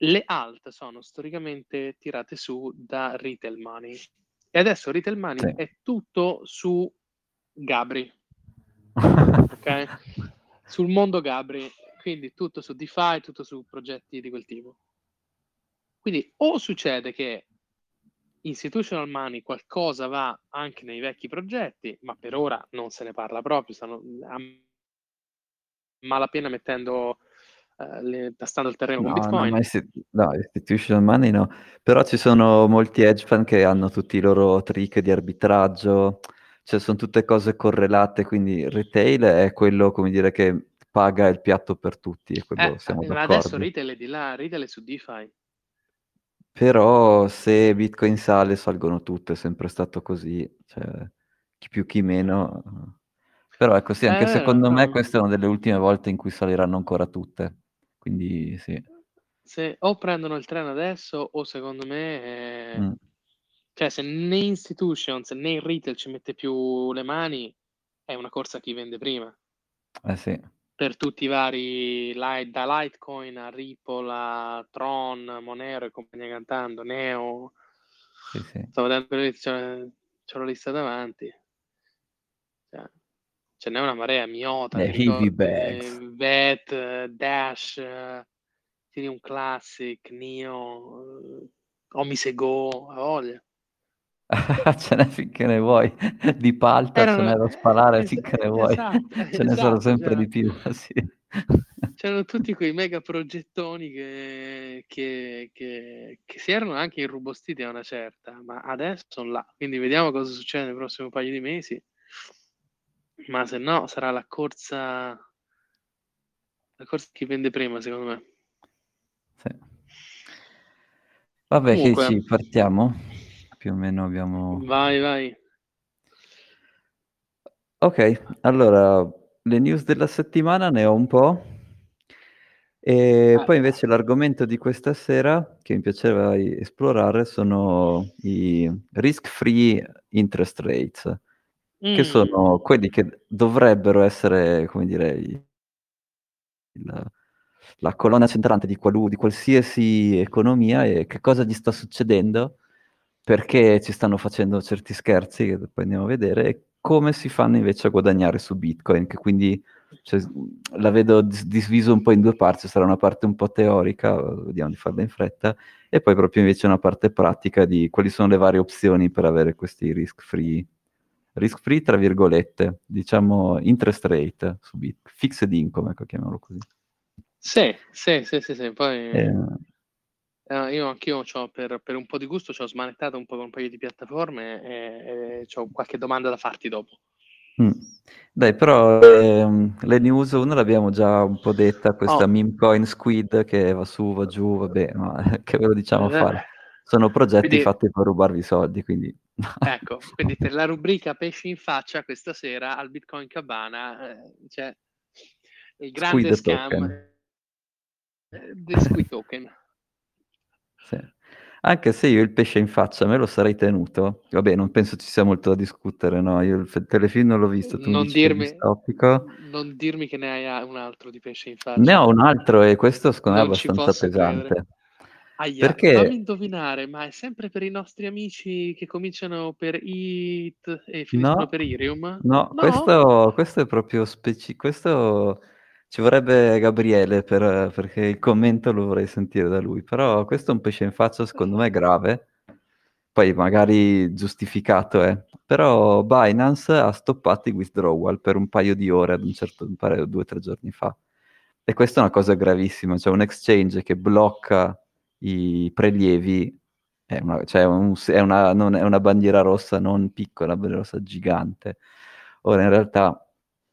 le alt sono storicamente tirate su da retail money e adesso retail money Sì. è tutto su Gabri, ok? Sul mondo Gabri, quindi tutto su DeFi, tutto su progetti di quel tipo. Quindi o succede che institutional money qualcosa va anche nei vecchi progetti, ma per ora non se ne parla proprio, stanno a malapena mettendo, tastando il terreno con No, Bitcoin. no, institutional money no, però ci sono molti hedge fund che hanno tutti i loro trick di arbitraggio, cioè sono tutte cose correlate, quindi retail è quello, come dire, che paga il piatto per tutti, e quello siamo Ma adesso d'accordo. retail è di là, retail è su DeFi. Però se Bitcoin sale, salgono tutte, è sempre stato così, cioè chi più chi meno. Però ecco sì, anche secondo me Però, questa è una delle ultime volte in cui saliranno ancora tutte, quindi sì. se o prendono il treno adesso o secondo me, Mm. cioè se né institutions né il retail ci mette più le mani, è una corsa a chi vende prima. Eh sì. Per tutti i vari, da Litecoin a Ripple a Tron, Monero e compagnia cantando, Neo. Sì, sì. Stavo vedendo, c'ho la lista davanti. Cioè, ce n'è una marea, Miota, Le ti heavy ricordi? bags. Vet, Dash, Ethereum Classic, Neo, Omisego, a voglia. Ce n'è finché ne vuoi, di palta ce n'è Erano, da spalare finché ne vuoi, esatto, ce ne sarà esatto, sempre cioè, di più, sì. c'erano tutti quei mega progettoni che si erano anche irrobustiti a una certa, ma adesso sono là. Quindi vediamo cosa succede nei prossimi paio di mesi. Ma se no sarà la corsa a chi vende prima, secondo me. Sì. Vabbè, che Comunque, ci partiamo? Più o meno abbiamo... vai, vai. Ok, allora, le news della settimana ne ho un po', e Ah, poi invece l'argomento di questa sera che mi piaceva esplorare sono i risk-free interest rates, che sono mm, quelli che dovrebbero essere, come dire, il- la colonna centrale di qualsiasi economia, e che cosa gli sta succedendo, perché ci stanno facendo certi scherzi, che poi andiamo a vedere, e come si fanno invece a guadagnare su Bitcoin, che quindi cioè, la vedo diviso un po' in due parti, sarà una parte un po' teorica, vediamo di farla in fretta, e poi proprio invece una parte pratica di quali sono le varie opzioni per avere questi risk free tra virgolette, diciamo interest rate su Bitcoin, fixed income, ecco, chiamiamolo così. sì, sì, sì, sì, sì. Poi Eh, io anch'io per un po' di gusto ci ho smanettato un po' con un paio di piattaforme e ho qualche domanda da farti dopo. mm. Dai, però le news, una l'abbiamo già un po' detta, questa Oh, meme coin Squid che va su, va giù, vabbè, ma che ve lo diciamo a fare? eh, Sono progetti quindi fatti per rubarvi i soldi, quindi... ecco, quindi per la rubrica pesci in faccia questa sera al Bitcoin Cabana c'è il grande Squid scam token. del Squid Token. Sì. Anche se io il pesce in faccia me lo sarei tenuto, vabbè, non penso ci sia molto da discutere, no? Io il telefilm non l'ho visto, tu mi Non dici che è dirmi, distopico. non dirmi che ne hai un altro di pesce in Ne faccia. ho un altro e questo secondo me è Non ci abbastanza posso credere. pesante. Aia, fammi Perché indovinare, ma è sempre per i nostri amici che cominciano per IT e finiscono no, per Irium? no, No? questo è proprio specifico, questo ci vorrebbe Gabriele perché il commento lo vorrei sentire da lui, però questo è un pesce in faccia secondo me grave, poi magari giustificato però Binance ha stoppato i withdrawal per un paio di ore ad un certo, mi pare 2 o 3 giorni fa, e questa è una cosa gravissima, cioè un exchange che blocca i prelievi cioè è una bandiera rossa non piccola, è una bandiera rossa gigante. Ora, in realtà,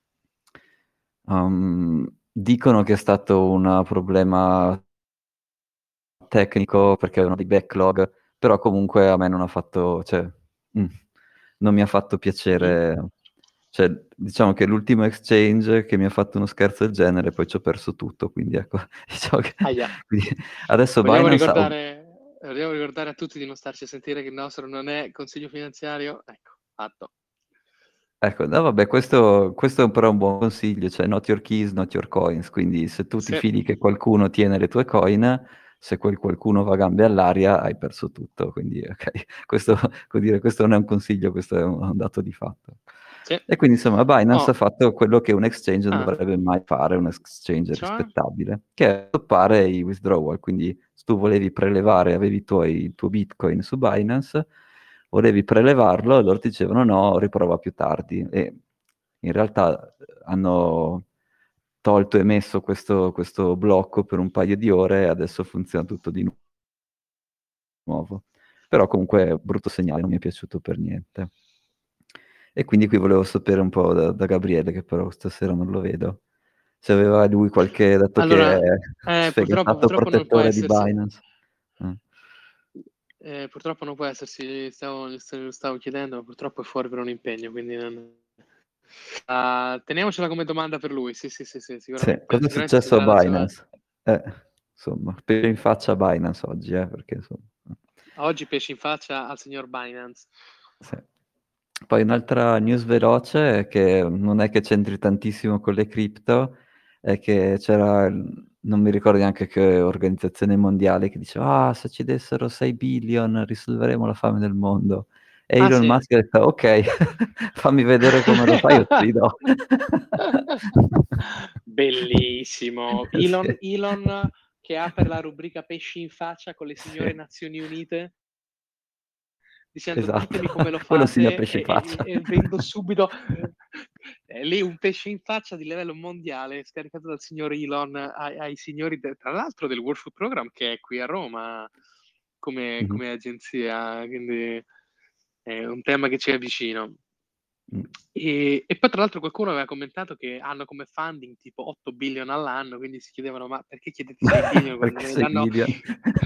dicono che è stato un problema tecnico perché avevano dei backlog, però comunque a me non ha fatto, cioè, mm, non mi ha fatto Mm. piacere. Cioè, diciamo che l'ultimo exchange che mi ha fatto uno scherzo del genere, poi ci ho perso tutto, quindi ecco, diciamo che Aia. quindi adesso Vogliamo Binance ha... ricordare a tutti di non starci a sentire che il nostro non è consiglio finanziario? Ecco, fatto. Ecco, no, vabbè, questo è però un buon consiglio, cioè not your keys, not your coins, quindi se tu ti Sì. fidi che qualcuno tiene le tue coin, se quel qualcuno va a gambe all'aria hai perso tutto, quindi ok, questo, vuol dire, questo non è un consiglio, questo è un dato di fatto. Sì. E quindi insomma Binance ha Oh, fatto quello che un exchange non ah, dovrebbe mai fare, un exchange cioè? rispettabile, che è stoppare i withdrawal, quindi se tu volevi prelevare, avevi il tuo Bitcoin su Binance, volevi prelevarlo, loro ti dicevano no, riprova più tardi. E in realtà hanno tolto e messo questo blocco per un paio di ore e adesso funziona tutto di nuovo. Però comunque è un brutto segnale, non mi è piaciuto per niente. E quindi qui volevo sapere un po' da Gabriele, che però stasera non lo vedo, se aveva lui qualche, dato che Allora, è sfegatato purtroppo non può protettore di essersi. Binance. Purtroppo non può essersi, stavo chiedendo, ma purtroppo è fuori per un impegno, quindi teniamocela come domanda per lui. Sì, Sì, sicuramente, cosa è sicuramente ci successo a darà la sua. Binance? Insomma, per in faccia a Binance oggi, perché insomma... Oggi pesci in faccia al signor Binance. Sì. Poi un'altra news veloce, che non è che c'entri tantissimo con le cripto, è che c'era, non mi ricordo neanche che organizzazione mondiale, che diceva, se ci dessero 6 billion risolveremo la fame del mondo. E Ah Elon sì. Musk ha detto, ok, fammi vedere come lo fai, io te li do. Bellissimo. Sì. Elon che apre la rubrica pesci in faccia con le signore Sì. Nazioni Unite dicendo Esatto, ditemi come lo quello sì ne fate pesce faccia. e vendo subito lì un pesce in faccia di livello mondiale scaricato dal signor Elon ai signori, tra l'altro, del World Food Program che è qui a Roma come, Mhm. come agenzia, quindi è un tema che ci è vicino. Mm. E poi tra l'altro qualcuno aveva commentato che hanno come funding tipo 8 billion all'anno, quindi si chiedevano ma perché chiedete 6 billion quando Perché ve ne 6 danno billion?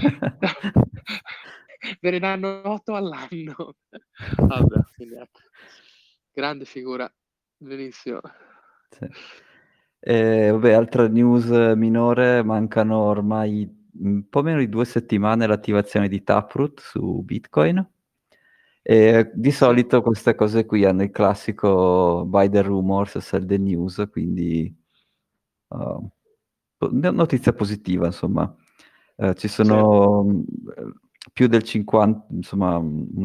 ve ne danno 8 all'anno. Vabbè, quindi ecco. Grande figura, benissimo. Sì. Vabbè, altra news minore, mancano ormai un po' meno di 2 settimane l'attivazione di Taproot su Bitcoin. E di Sì, solito queste cose qui hanno il classico buy the rumors, sell the news, quindi uh, notizia positiva, insomma. Ci sì, sono più del 50, insomma,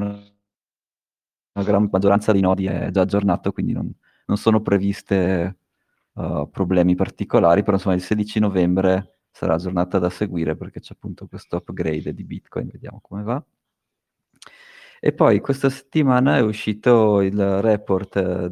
una gran maggioranza dei nodi è già aggiornato, quindi non sono previste problemi particolari, però insomma il 16 novembre sarà la giornata da seguire perché c'è appunto questo upgrade di Bitcoin, vediamo come va. E poi questa settimana è uscito il report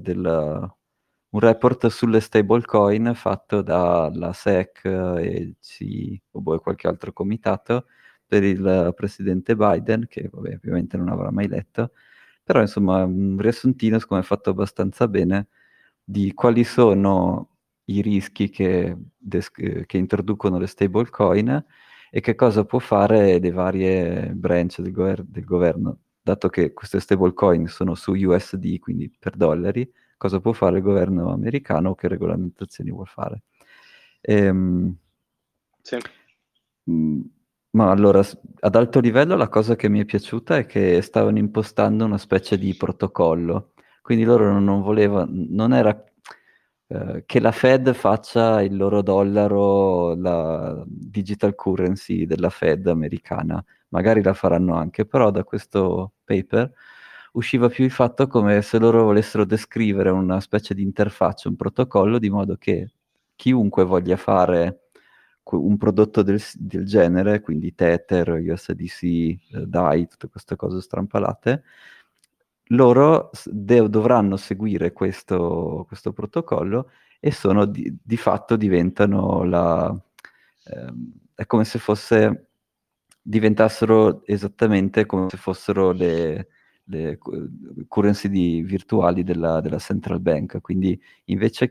un report sulle stablecoin fatto dalla SEC e il e qualche altro comitato per il presidente Biden, che vabbè, ovviamente non avrà mai letto, però insomma un riassuntino secondo me fatto abbastanza bene di quali sono i rischi che introducono le stablecoin e che cosa può fare le varie branch del governo, dato che queste stablecoin sono su USD, quindi per dollari, cosa può fare il governo americano o che regolamentazioni vuol fare. Ehm, sì, Mm, Ma allora, ad alto livello la cosa che mi è piaciuta è che stavano impostando una specie di protocollo, quindi loro non volevano, non era che la Fed faccia il loro dollaro, la digital currency della Fed americana, magari la faranno anche, però da questo paper usciva più il fatto come se loro volessero descrivere una specie di interfaccia, un protocollo, di modo che chiunque voglia fare un prodotto del genere, quindi Tether, USDC, DAI, tutte queste cose strampalate, loro dovranno seguire questo protocollo e di fatto diventano è come se diventassero esattamente come se fossero le currency virtuali della central bank, quindi invece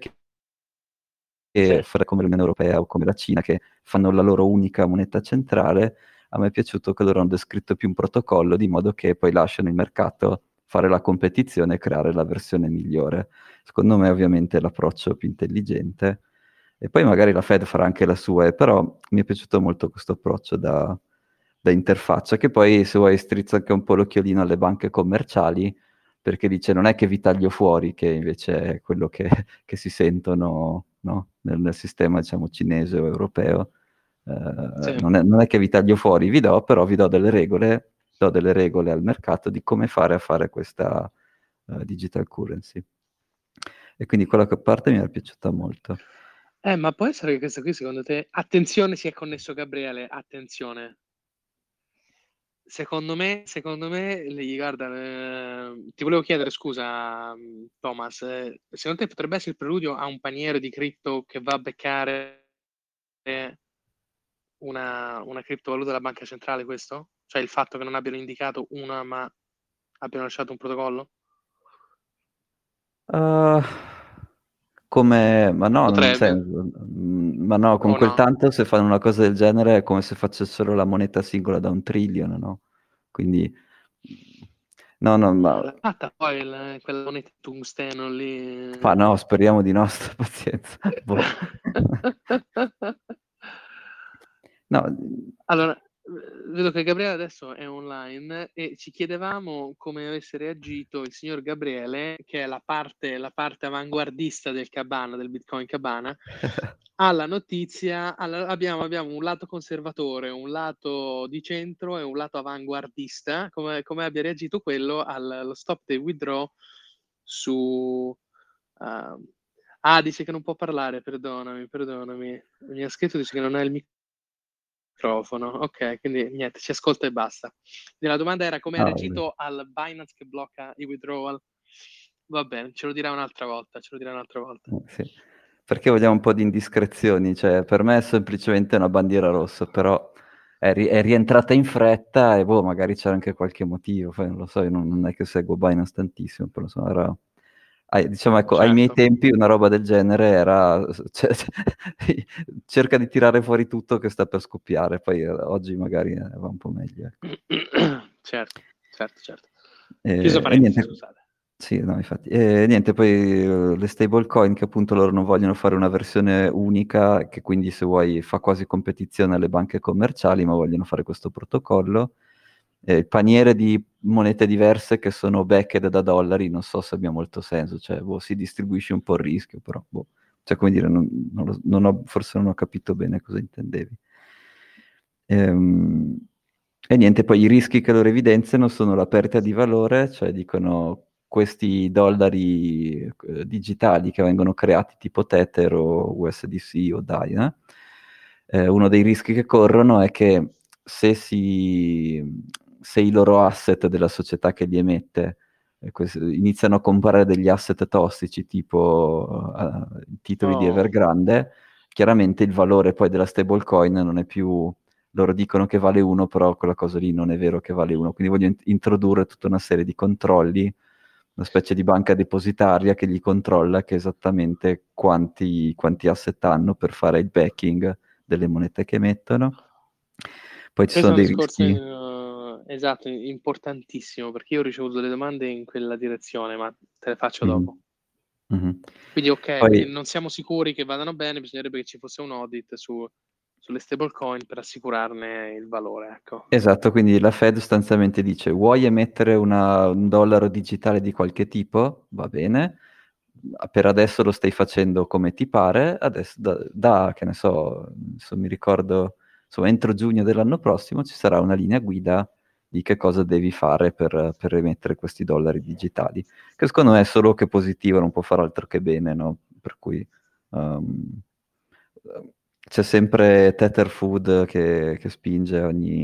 sì. che fare come l'Unione Europea o come la Cina, che fanno la loro unica moneta centrale, a me è piaciuto che loro hanno descritto più un protocollo di modo che poi lasciano il mercato fare la competizione e creare la versione migliore. Secondo me ovviamente è l'approccio più intelligente. E poi magari la Fed farà anche la sua, però mi è piaciuto molto questo approccio da interfaccia, che poi se vuoi strizza anche un po' l'occhiolino alle banche commerciali, perché dice non è che vi taglio fuori, che invece è quello che si sentono, no? Nel sistema, diciamo, cinese o europeo, Sì. Non è che vi taglio fuori, però vi do delle regole al mercato di come fare a fare questa digital currency. E quindi quella parte mi è piaciuta molto. Ma può essere che questo qui, secondo te... Attenzione, si è connesso Gabriele, attenzione. Secondo me, guarda, ti volevo chiedere scusa, Thomas, secondo te potrebbe essere il preludio a un paniere di cripto che va a beccare una criptovaluta della banca centrale, questo? Cioè il fatto che non abbiano indicato una, ma abbiano lasciato un protocollo? Uh, ma no, non ha Potrebbe, senso. Ma no, con o quel no? tanto se fanno una cosa del genere è come se facessero la moneta singola da 1 trillion, no? Quindi, no, no, Ma ma l'ha fatta poi quella moneta tungsteno no, lì? speriamo di no, sta pazienza. Boh. No, Allora, vedo che Gabriele adesso è online e ci chiedevamo come avesse reagito il signor Gabriele, che è la parte avanguardista del Cabana, del Bitcoin Cabana, alla notizia. Abbiamo un lato conservatore, un lato di centro e un lato avanguardista, come abbia reagito quello allo stop dei withdraw su... dice che non può parlare, perdonami. Mi ha scritto, dice che non ha il microfono. Ok, quindi niente, ci ascolta e basta. Quindi la domanda era come ha vabbè. reagito al Binance che blocca i withdrawal. Va bene, ce lo dirà un'altra volta. Sì. Perché vogliamo un po' di indiscrezioni, cioè per me è semplicemente una bandiera rossa, però è rientrata in fretta e boh, magari c'era anche qualche motivo, poi non lo so, io non è che seguo Binance tantissimo, però insomma diciamo ecco, ai miei Certo. tempi una roba del genere era cerca di tirare fuori tutto che sta per scoppiare, poi oggi magari va un po' meglio, ecco. Certo. Chiusa E parentesi, niente, scusate. sì, no, infatti. E niente, poi le stablecoin che appunto loro non vogliono fare una versione unica, che quindi se vuoi fa quasi competizione alle banche commerciali, ma vogliono fare questo protocollo. Il paniere di monete diverse che sono backed da dollari, non so se abbia molto senso, cioè boh, si distribuisce un po' il rischio, però boh. Cioè, come dire, forse non ho capito bene cosa intendevi. Ehm, E niente, poi i rischi che loro evidenziano sono la perdita di valore, cioè dicono questi dollari digitali che vengono creati tipo Tether o USDC o DAI, uno dei rischi che corrono è che se i loro asset della società che li emette iniziano a comprare degli asset tossici tipo titoli di Oh, Evergrande, chiaramente il valore poi della stablecoin non è più loro dicono che vale 1, però quella cosa lì non è vero che vale 1. Quindi voglio introdurre tutta una serie di controlli, una specie di banca depositaria che gli controlla che esattamente quanti asset hanno per fare il backing delle monete che emettono. Poi ci questo sono è un dei discorso rischi. esatto, importantissimo, perché io ho ricevuto delle domande in quella direzione, ma te le faccio Mhm. dopo. Mhm. Quindi ok, quindi Poi, non siamo sicuri che vadano bene, bisognerebbe che ci fosse un audit sulle stablecoin per assicurarne il valore, ecco. esatto, quindi la Fed sostanzialmente dice: vuoi emettere un dollaro digitale di qualche tipo? Va bene, per adesso lo stai facendo come ti pare, adesso che ne so, adesso mi ricordo, insomma, entro giugno dell'anno prossimo ci sarà una linea guida di che cosa devi fare per emettere questi dollari digitali, che secondo me è solo che positivo, non può fare altro che bene, no? Per cui um, c'è sempre Tether Food che spinge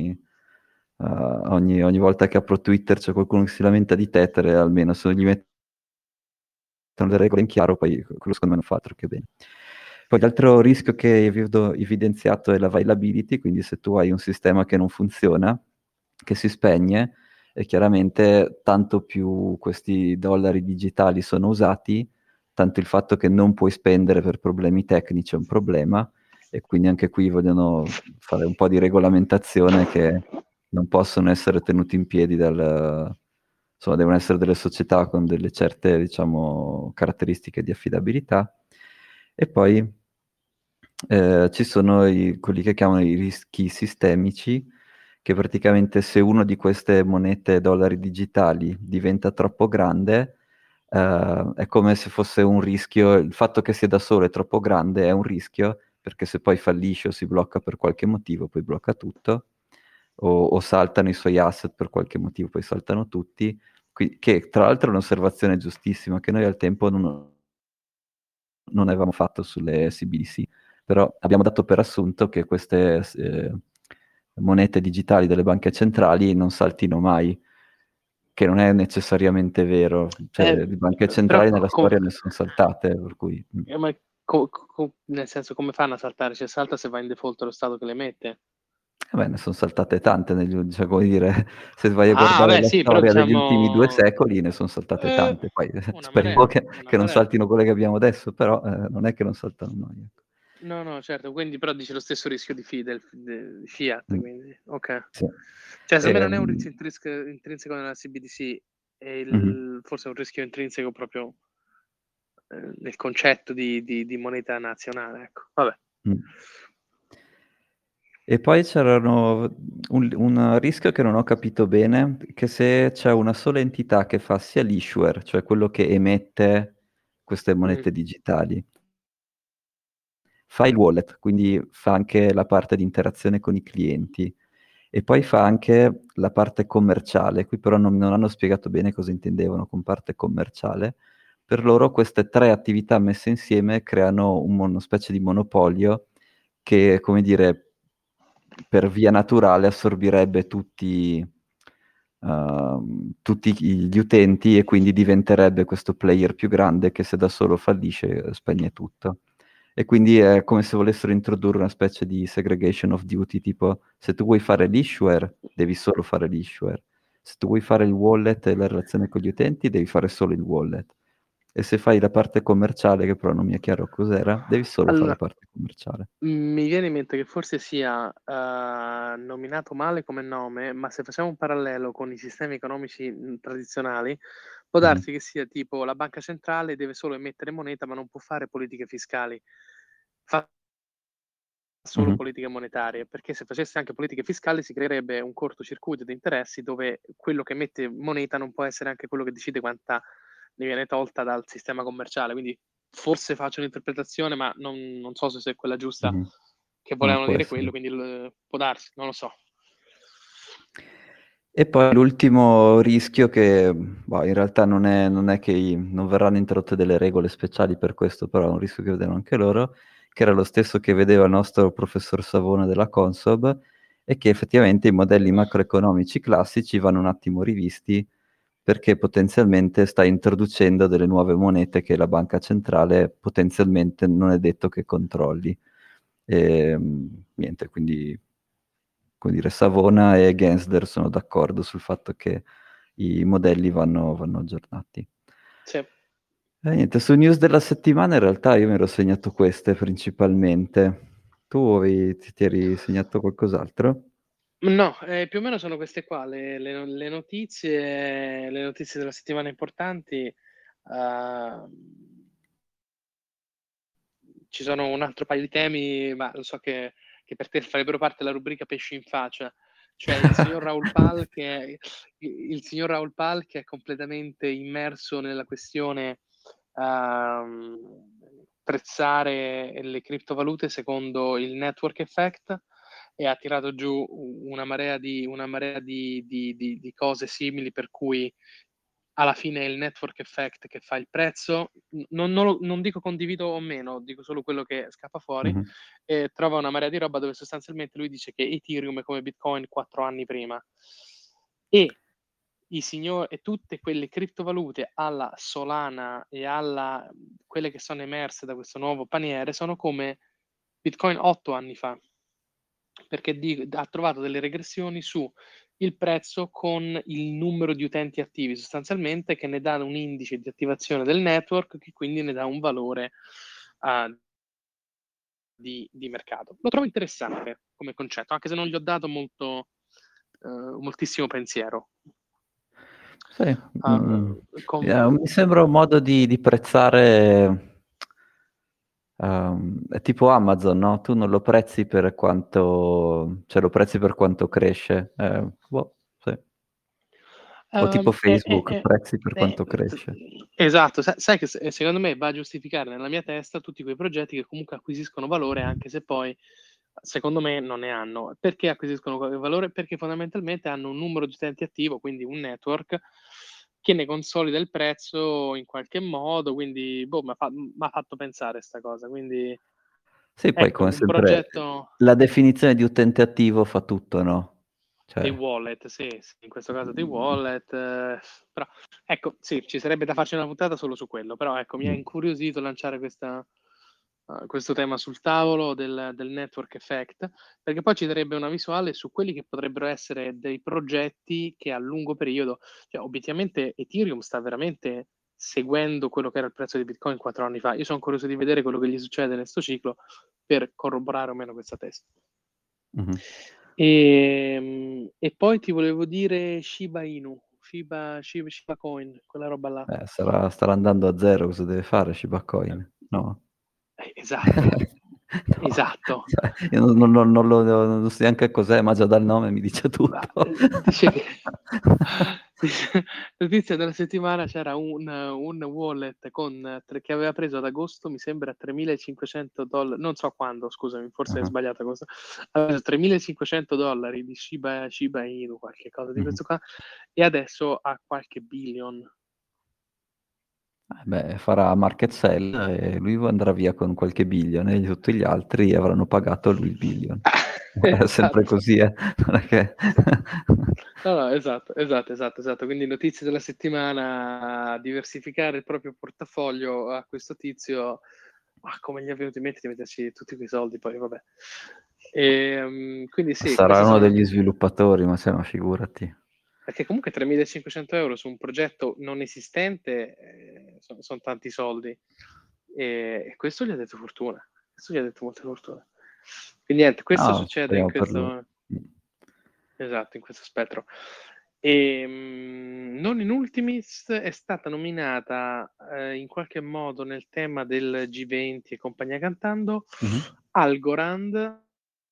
ogni volta che apro Twitter c'è qualcuno che si lamenta di Tether e almeno se gli mettono le regole in chiaro, poi quello secondo me non fa altro che bene. Poi l'altro rischio che avevo evidenziato è l'availability, quindi se tu hai un sistema che non funziona, che si spegne, e chiaramente tanto più questi dollari digitali sono usati, tanto il fatto che non puoi spendere per problemi tecnici è un problema, e quindi anche qui vogliono fare un po' di regolamentazione che non possono essere tenuti in piedi insomma, devono essere delle società con delle certe, diciamo, caratteristiche di affidabilità. E poi ci sono quelli che chiamano i rischi sistemici, che praticamente se uno di queste monete dollari digitali diventa troppo grande, è come se fosse un rischio, il fatto che sia da solo è troppo grande è un rischio, perché se poi fallisce o si blocca per qualche motivo, poi blocca tutto, o saltano i suoi asset per qualche motivo, poi saltano tutti, che tra l'altro è un'osservazione giustissima che noi al tempo non avevamo fatto sulle CBDC, però abbiamo dato per assunto che queste monete digitali delle banche centrali non saltino mai, che non è necessariamente vero. Cioè, le banche Però centrali nella storia ne sono saltate, per cui... ma nel senso, come fanno a saltare? Cioè, salta se va in default lo Stato che le mette? Beh, ne sono saltate tante, cioè, come dire, se vai a Ah, guardare beh, la sì, però storia degli ultimi 2 diciamo secoli, ne sono saltate tante. Poi una speriamo marea, che, una che non marea. saltino quelle che abbiamo adesso, però non è che non saltano mai. Ecco. No, no, certo, quindi però dice lo stesso rischio di Fiat, Mm, quindi, ok. sì. Cioè, secondo me non è un rischio intrinseco nella CBDC, Mhm. forse è un rischio intrinseco proprio nel concetto di moneta nazionale, ecco. Vabbè. Mm. E poi c'erano un rischio che non ho capito bene, che se c'è una sola entità che fa sia l'issuer, cioè quello che emette queste Mm. monete digitali, fa il wallet, quindi fa anche la parte di interazione con i clienti e poi fa anche la parte commerciale. Qui però non hanno spiegato bene cosa intendevano con parte commerciale. Per loro queste 3 attività messe insieme creano una specie di monopolio che, come dire, per via naturale assorbirebbe tutti gli utenti e quindi diventerebbe questo player più grande che se da solo fallisce spegne tutto. E quindi è come se volessero introdurre una specie di segregation of duty, tipo se tu vuoi fare l'issuer, devi solo fare l'issuer. Se tu vuoi fare il wallet e la relazione con gli utenti, devi fare solo il wallet. E se fai la parte commerciale, che però non mi è chiaro cos'era, devi solo fare la Allora, parte commerciale. mi viene in mente che forse sia nominato male come nome, ma se facciamo un parallelo con i sistemi economici tradizionali, può Mhm. darsi che sia tipo la banca centrale deve solo emettere moneta, ma non può fare politiche fiscali. Fa solo Mhm. politiche monetarie, perché se facesse anche politiche fiscali si creerebbe un cortocircuito di interessi dove quello che emette moneta non può essere anche quello che decide quanta ne viene tolta dal sistema commerciale. Quindi forse faccio un'interpretazione, ma non so se è quella giusta, Mhm. che No, volevano può dire essere. quello, quindi può darsi, non lo so. E poi l'ultimo rischio che boh, in realtà non è che non verranno introdotte delle regole speciali per questo, però è un rischio che vedono anche loro, che era lo stesso che vedeva il nostro professor Savona della Consob, e che effettivamente i modelli macroeconomici classici vanno un attimo rivisti perché potenzialmente sta introducendo delle nuove monete che la banca centrale potenzialmente non è detto che controlli. E, niente, quindi come dire, Savona e Gensler sono d'accordo sul fatto che i modelli vanno aggiornati. Sì. Niente, su news della settimana in realtà io mi ero segnato queste principalmente. Tu ti eri segnato qualcos'altro? No, più o meno sono queste qua le notizie della settimana importanti. Ci sono un altro paio di temi, ma lo so che per te farebbero parte della rubrica pesci in faccia. Cioè il signor Raoul Pal che è completamente immerso nella questione prezzare le criptovalute secondo il network effect e ha tirato giù una marea di cose simili per cui alla fine è il network effect che fa il prezzo. Non dico condivido o meno, dico solo quello che scappa fuori. Mhm. E trova una marea di roba dove sostanzialmente lui dice che Ethereum è come Bitcoin 4 anni prima. E e tutte quelle criptovalute alla Solana e quelle che sono emerse da questo nuovo paniere sono come Bitcoin 8 anni fa, perché ha trovato delle regressioni su il prezzo con il numero di utenti attivi, sostanzialmente, che ne dà un indice di attivazione del network, che quindi ne dà un valore di mercato. Lo trovo interessante come concetto, anche se non gli ho dato moltissimo pensiero. Sì, Com- mi sembra un modo di prezzare, è tipo Amazon, no? Tu non lo prezzi per quanto, cioè lo prezzi per quanto cresce. Boh, sì. O tipo Facebook, Eh, prezzi per eh, quanto cresce. esatto, sai che secondo me va a giustificare nella mia testa tutti quei progetti che comunque acquisiscono valore, anche se poi secondo me non ne hanno. Perché acquisiscono valore? Perché fondamentalmente hanno un numero di utenti attivo, quindi un network che ne consolida il prezzo in qualche modo, quindi mi ha fatto pensare sta cosa. Quindi Sì, poi ecco, come un sempre progetto la definizione di utente attivo fa tutto, no? dei Cioè, wallet, sì, in questo caso dei wallet, però ecco, sì, ci sarebbe da farci una puntata solo su quello, però ecco, mi ha mm. incuriosito lanciare questo tema sul tavolo del network effect, perché poi ci darebbe una visuale su quelli che potrebbero essere dei progetti che a lungo periodo, cioè obiettivamente Ethereum sta veramente seguendo quello che era il prezzo di Bitcoin 4 anni fa. Io sono curioso di vedere quello che gli succede in questo ciclo per corroborare o meno questa tesi. Mhm. E poi ti volevo dire Shiba Inu, Shiba Coin, quella roba là. Starà andando a zero, cosa deve fare Shiba Coin? No? Esatto, No, esatto. cioè, io non so neanche cos'è, ma già dal nome mi dice Ma, tutto. dice che notizia della settimana c'era un wallet che aveva preso ad agosto, mi sembra $3.500, non so quando, scusami, forse è Ah, sbagliata cosa, aveva preso $3.500 di Shiba Inu, qualche cosa di mhm. questo qua, e adesso ha qualche billion. Beh, farà market sell e lui andrà via con qualche billion e tutti gli altri avranno pagato lui il billion. È sempre Esatto. così, eh? Non è che... No, no, esatto. Quindi notizie della settimana, diversificare il proprio portafoglio a questo tizio, ma come gli è venuto in mente di metterci tutti quei soldi, poi vabbè. Quindi sì, Sarà queste uno sono... degli sviluppatori, ma se no, figurati. Perché comunque 3.500 euro su un progetto non esistente sono tanti soldi. E questo gli ha detto fortuna. Questo gli ha detto molta fortuna. Quindi niente, questo No, succede in speriamo per lui. questo... Esatto, in questo spettro. E, non in ultimis è stata nominata in qualche modo nel tema del G20 e compagnia cantando Mhm, Algorand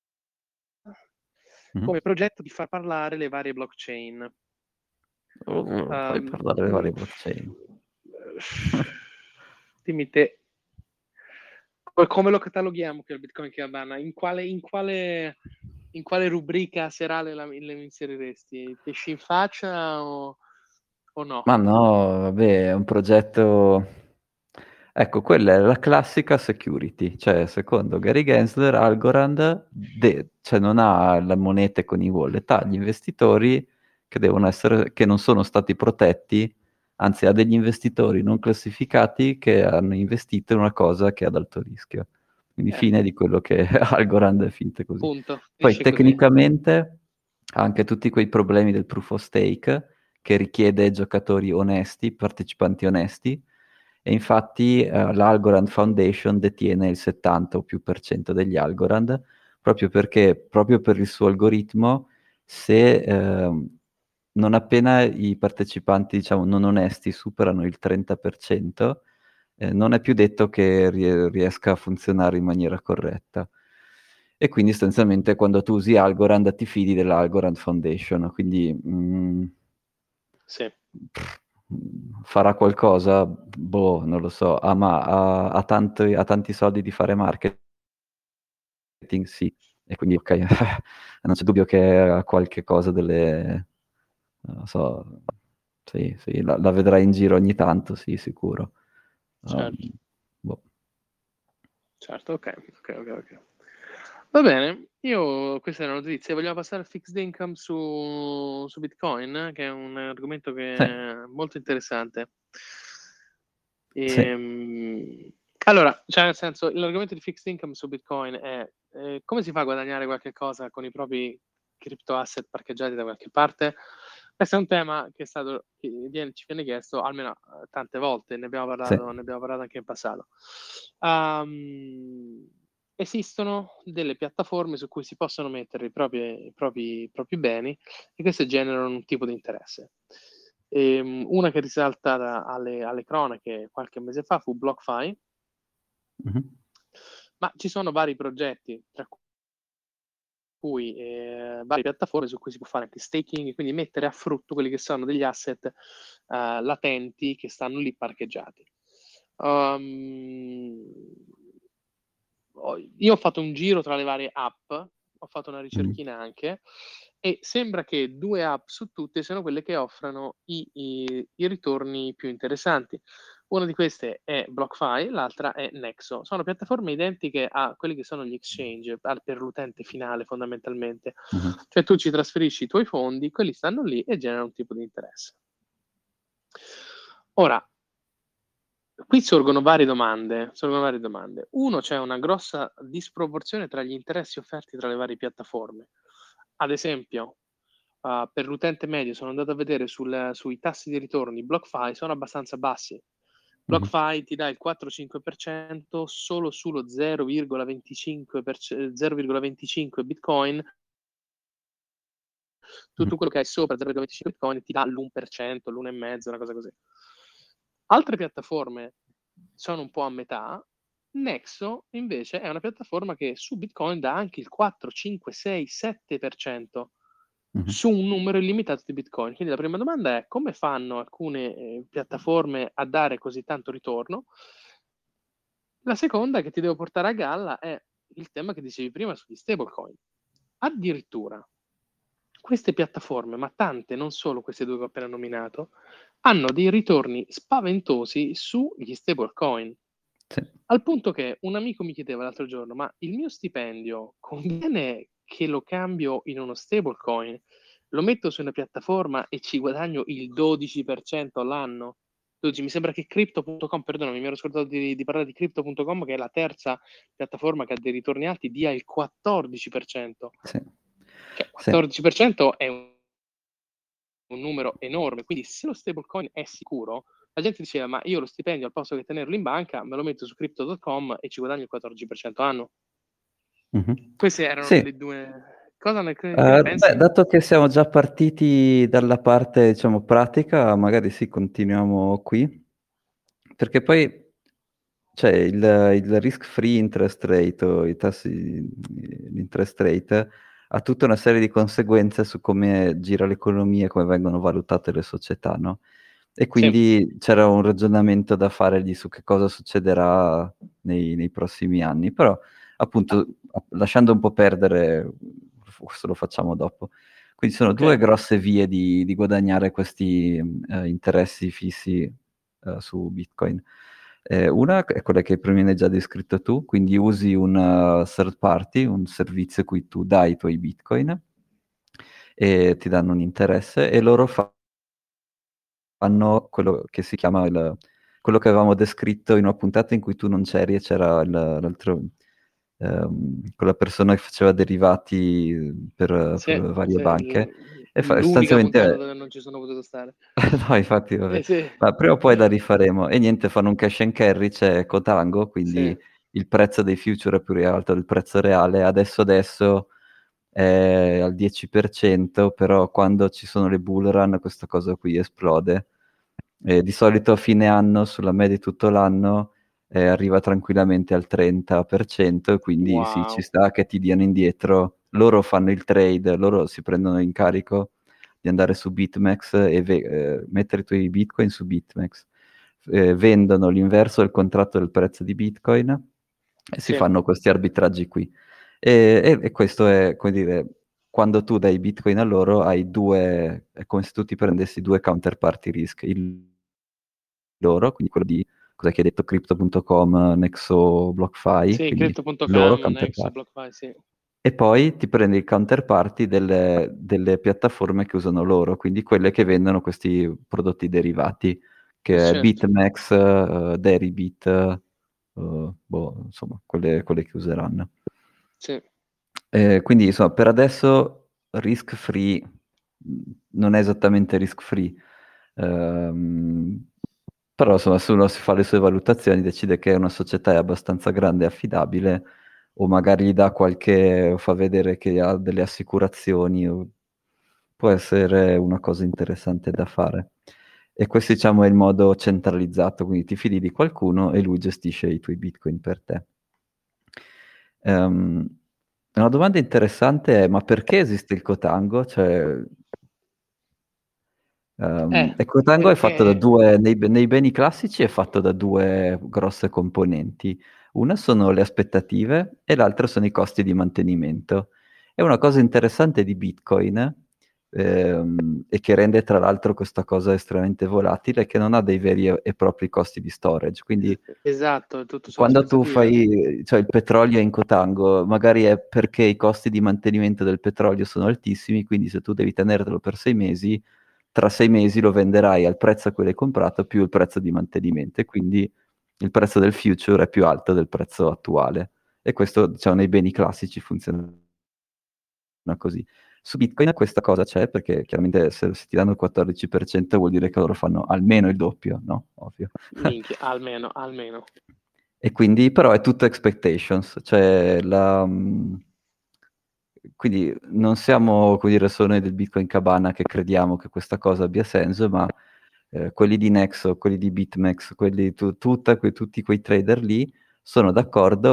mhm. come progetto di far parlare le varie blockchain. Fai Um, parlare le varie blockchain. dimmi te, come lo cataloghiamo che il Bitcoin che Habana? In quale rubrica serale le inseriresti? Pesci in faccia o no? Ma no, vabbè, è un progetto... Ecco, quella è la classica security, cioè secondo Gary Gensler, Algorand cioè non ha le monete con i wallet, ha gli investitori che devono essere, che non sono stati protetti, anzi ha degli investitori non classificati che hanno investito in una cosa che è ad alto rischio. Quindi fine di quello che Algorand è finta così. Punto, Poi finisce così. tecnicamente ha anche tutti quei problemi del proof of stake che richiede giocatori onesti, partecipanti onesti, e infatti l'Algorand Foundation detiene il 70 o più per cento degli Algorand, proprio perché, proprio per il suo algoritmo, se non appena i partecipanti, diciamo, non onesti superano il 30%, non è più detto che riesca a funzionare in maniera corretta. E quindi sostanzialmente quando tu usi Algorand ti fidi dell'Algorand Foundation, quindi Sì, farà qualcosa, boh, non lo so, ma ha tanti soldi di fare marketing, sì, e quindi ok, non c'è dubbio che ha qualche cosa non so, sì, sì, la vedrai in giro ogni tanto, sì, sicuro. Um, certo, boh. certo, ok. Va bene, io questa è la notizia, vogliamo passare al fixed income su Bitcoin, che è un argomento che Sì, è molto interessante. sì. Allora, cioè nel senso, l'argomento di fixed income su Bitcoin è come si fa a guadagnare qualche cosa con i propri crypto asset parcheggiati da qualche parte? Questo è un tema ci viene chiesto almeno tante volte, Sì. ne abbiamo parlato anche in passato. Esistono delle piattaforme su cui si possono mettere i propri beni e queste generano un tipo di interesse. Una che risalta alle cronache qualche mese fa fu BlockFi, Mhm. ma ci sono vari progetti, tra cui varie piattaforme su cui si può fare anche staking, quindi mettere a frutto quelli che sono degli asset latenti che stanno lì parcheggiati. Io ho fatto un giro tra le varie app, ho fatto una ricerchina anche, e sembra che 2 app su tutte siano quelle che offrano i ritorni più interessanti. Una di queste è BlockFi, l'altra è Nexo. Sono piattaforme identiche a quelli che sono gli exchange per l'utente finale fondamentalmente. Cioè tu ci trasferisci i tuoi fondi, quelli stanno lì e generano un tipo di interesse. Ora, qui sorgono varie domande. Uno, c'è una grossa disproporzione tra gli interessi offerti tra le varie piattaforme. Ad esempio, per l'utente medio sono andato a vedere sui tassi di ritorno di BlockFi, sono abbastanza bassi. BlockFi ti dà il 4-5% solo sullo 0,25 Bitcoin. Tutto quello che hai sopra 0,25 Bitcoin ti dà l'1%, l'1,5%, una cosa così. Altre piattaforme sono un po' a metà. Nexo invece è una piattaforma che su Bitcoin dà anche il 4, 5, 6, 7% su un numero illimitato di Bitcoin. Quindi la prima domanda è: come fanno alcune piattaforme a dare così tanto ritorno? La seconda che ti devo portare a galla è il tema che dicevi prima sugli stablecoin. Addirittura queste piattaforme, ma tante, non solo queste due che ho appena nominato, hanno dei ritorni spaventosi sugli stablecoin. Sì. Al punto che un amico mi chiedeva l'altro giorno: ma il mio stipendio conviene che lo cambio in uno stablecoin, lo metto su una piattaforma e ci guadagno il 12% all'anno? 12, mi sembra che Crypto.com, perdonami, mi ero scordato di parlare di Crypto.com, che è la terza piattaforma che ha dei ritorni alti, dia il 14%. Sì. Cioè, 14% è un numero enorme, quindi se lo stablecoin è sicuro, la gente diceva: ma io lo stipendio al posto che tenerlo in banca me lo metto su Crypto.com e ci guadagno il 14% anno. Queste erano Sì. le due. Cosa che ne pensi? Dato che siamo già partiti dalla parte, diciamo, pratica, magari sì, continuiamo qui, perché poi c'è il risk-free interest rate o i tassi, l'interest rate, ha tutta una serie di conseguenze su come gira l'economia e come vengono valutate le società, no? E quindi c'era un ragionamento da fare lì su che cosa succederà nei prossimi anni, però appunto lasciando un po' perdere, questo lo facciamo dopo. Quindi sono due grosse vie di guadagnare questi interessi fissi su Bitcoin. Una è quella che prima hai già descritto tu, quindi usi un third party, un servizio a cui tu dai i tuoi Bitcoin e ti danno un interesse e loro fanno quello che si chiama quello che avevamo descritto in una puntata in cui tu non c'eri e c'era l'altro, quella persona che faceva derivati per varie banche. E l'unica puntata dove non ci sono potuto stare. No, infatti, vabbè. Sì. Ma prima o poi la rifaremo. E niente, fanno un cash and carry, c'è Cotango, quindi il prezzo dei future è più alto del prezzo reale. Adesso è al 10%, però quando ci sono le bull run questa cosa qui esplode. Di solito a fine anno, sulla media di tutto l'anno, arriva tranquillamente al 30%, quindi sì, ci sta che ti diano indietro. Loro fanno il trade, loro si prendono in carico di andare su BitMEX e mettere i tuoi Bitcoin su BitMEX. Vendono l'inverso del contratto del prezzo di Bitcoin e si fanno questi arbitraggi qui. E questo è, come dire, quando tu dai Bitcoin a loro hai due, è come se tu ti prendessi due counterparty risk, il loro, quindi quello di, cosa che hai detto, Crypto.com, Nexo, BlockFi, Sì, quindi loro Crypto.com, Nexo, BlockFi, sì. E poi ti prendi il counterparty delle piattaforme che usano loro, quindi quelle che vendono questi prodotti derivati, che è BitMEX, Deribit, insomma, quelle che useranno. Sì. Quindi, insomma, per adesso risk free non è esattamente risk free, però insomma, se uno si fa le sue valutazioni, decide che una società è abbastanza grande e affidabile, o magari gli dà qualche, fa vedere che ha delle assicurazioni, può essere una cosa interessante da fare. E questo, diciamo, è il modo centralizzato, quindi ti fidi di qualcuno e lui gestisce i tuoi Bitcoin per te. Una domanda interessante è, ma perché esiste il Cotango? Cioè, e Cotango è fatto da Perché due, nei beni classici è fatto da due grosse componenti. Una sono le aspettative e l'altra sono i costi di mantenimento. E una cosa interessante di Bitcoin, e che rende tra l'altro questa cosa estremamente volatile, è che non ha dei veri e propri costi di storage. Quindi esatto, è tutto su quando tu aspettativa. fai, cioè il petrolio è in contango, magari è perché i costi di mantenimento del petrolio sono altissimi, quindi se tu devi tenerlo per 6 mesi, tra 6 mesi lo venderai al prezzo a cui l'hai comprato più il prezzo di mantenimento e quindi il prezzo del future è più alto del prezzo attuale. E questo, diciamo, nei beni classici funziona così. Su Bitcoin questa cosa c'è perché chiaramente se ti danno il 14% vuol dire che loro fanno almeno il doppio, no? Ovvio. Minchia, almeno, almeno. E quindi però è tutto expectations, cioè quindi non siamo, come dire, solo noi del Bitcoin Cabana che crediamo che questa cosa abbia senso, ma quelli di Nexo, quelli di BitMEX, tutti quei trader lì sono d'accordo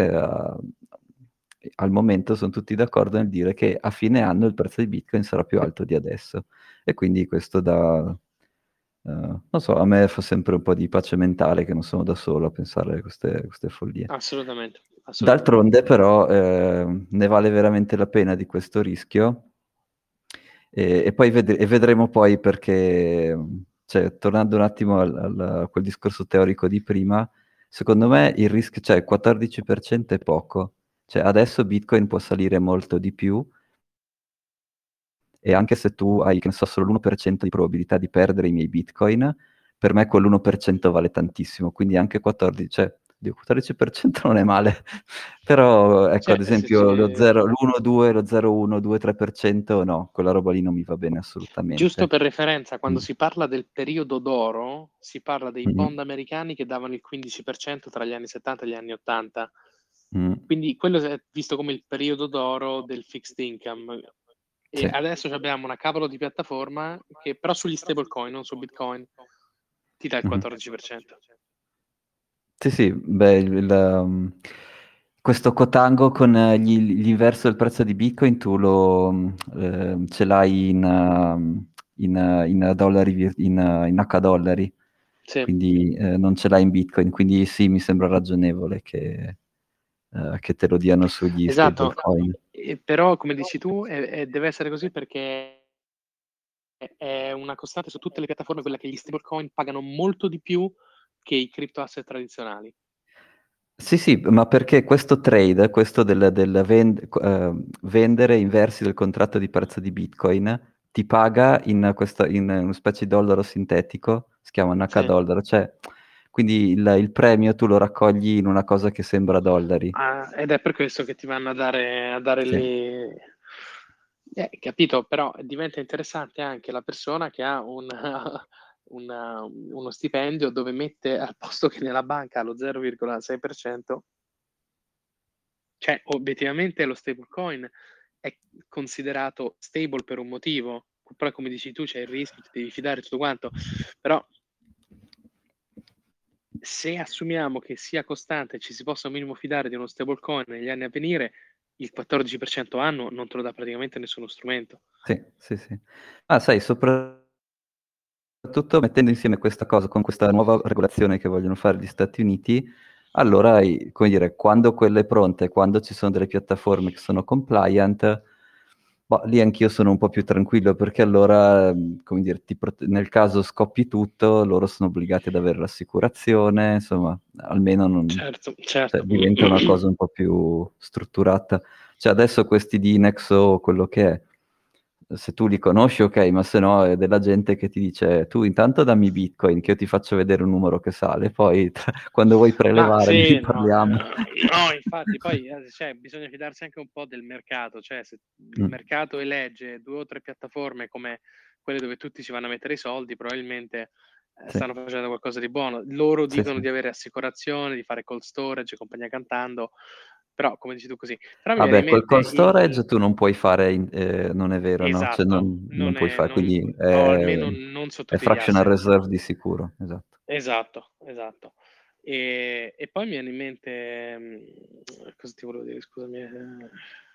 al momento sono tutti d'accordo nel dire che a fine anno il prezzo di Bitcoin sarà più alto di adesso. E quindi questo dà, non so, a me fa sempre un po' di pace mentale che non sono da solo a pensare a queste follie. Assolutamente, assolutamente. D'altronde, però, ne vale veramente la pena di questo rischio. E poi vedremo poi perché, cioè, tornando un attimo a quel discorso teorico di prima, secondo me il rischio, cioè il 14% è poco. Cioè, adesso Bitcoin può salire molto di più, e anche se tu hai, che ne so, solo l'1% di probabilità di perdere i miei Bitcoin, per me quell'1% vale tantissimo, quindi anche 14, cioè, Dio, 14% non è male, però ecco, ad Cioè, se esempio lo ci... 0, l'1-2, lo 0,1, 2-3%, no, quella roba lì non mi va bene Giusto assolutamente. per referenza, Mm. quando si parla del periodo d'oro, si parla dei Mm. bond americani che davano il 15% tra gli anni 70 e gli anni 80. Mm. Quindi quello è visto come il periodo d'oro del fixed income. E Sì. adesso abbiamo una cavolo di piattaforma che però sugli stablecoin, non su Bitcoin, ti dà il Mhm. 14%. Sì, sì, beh, questo cotango con l'inverso del prezzo di Bitcoin tu ce l'hai in dollari, in H-dollari, Sì, quindi non ce l'hai in Bitcoin, quindi sì, mi sembra ragionevole che te lo diano sugli esatto. stablecoin. Però, come dici tu, deve essere così perché è una costante su tutte le piattaforme quella che gli stablecoin pagano molto di più che i crypto asset tradizionali. Sì, sì, ma perché questo trade, questo del vendere inversi del contratto di prezzo di Bitcoin, ti paga in una specie di dollaro sintetico, si chiama un Sì. H-dollaro, cioè, quindi il premio tu lo raccogli in una cosa che sembra dollari. Ah, ed è per questo che ti vanno a dare Sì. le... capito, però diventa interessante anche la persona che ha uno stipendio dove mette al posto che nella banca lo 0,6%, cioè obiettivamente lo stablecoin è considerato stable per un motivo, però come dici tu c'è il rischio, ti devi fidare tutto quanto, però se assumiamo che sia costante e ci si possa un minimo fidare di uno stablecoin negli anni a venire, il 14% anno non te lo dà praticamente nessuno strumento. Sì, sì, sì. Ah, sai, soprattutto mettendo insieme questa cosa con questa nuova regolazione che vogliono fare gli Stati Uniti, allora, come dire, quando quella è pronta e quando ci sono delle piattaforme che sono compliant, boh, lì anch'io sono un po' più tranquillo perché allora, come dire, nel caso scoppi tutto, loro sono obbligati ad avere l'assicurazione, insomma, almeno non, Certo, cioè, certo. diventa una cosa un po' più strutturata. Cioè adesso questi di Nexo, quello che è, se tu li conosci, ok, ma se no è della gente che ti dice tu intanto dammi Bitcoin, che io ti faccio vedere un numero che sale, poi quando vuoi Ma prelevare ne sì, no, parliamo. no, infatti poi cioè, bisogna fidarsi anche un po' del mercato, cioè se il Mm, mercato elegge due o tre piattaforme come quelle dove tutti si vanno a mettere i soldi, probabilmente sì, stanno facendo qualcosa di buono. Loro sì, dicono sì. di avere assicurazione, di fare cold storage, compagnia cantando, però come dici tu così. Però mi viene Vabbè, in col mente cold storage tu non puoi fare, non è vero, no? Cioè esatto, non puoi fare, non, quindi o almeno non sotto è quegli fractional asset. reserve di sicuro, esatto. Esatto, esatto. E poi mi viene in mente, cosa ti volevo dire, scusami.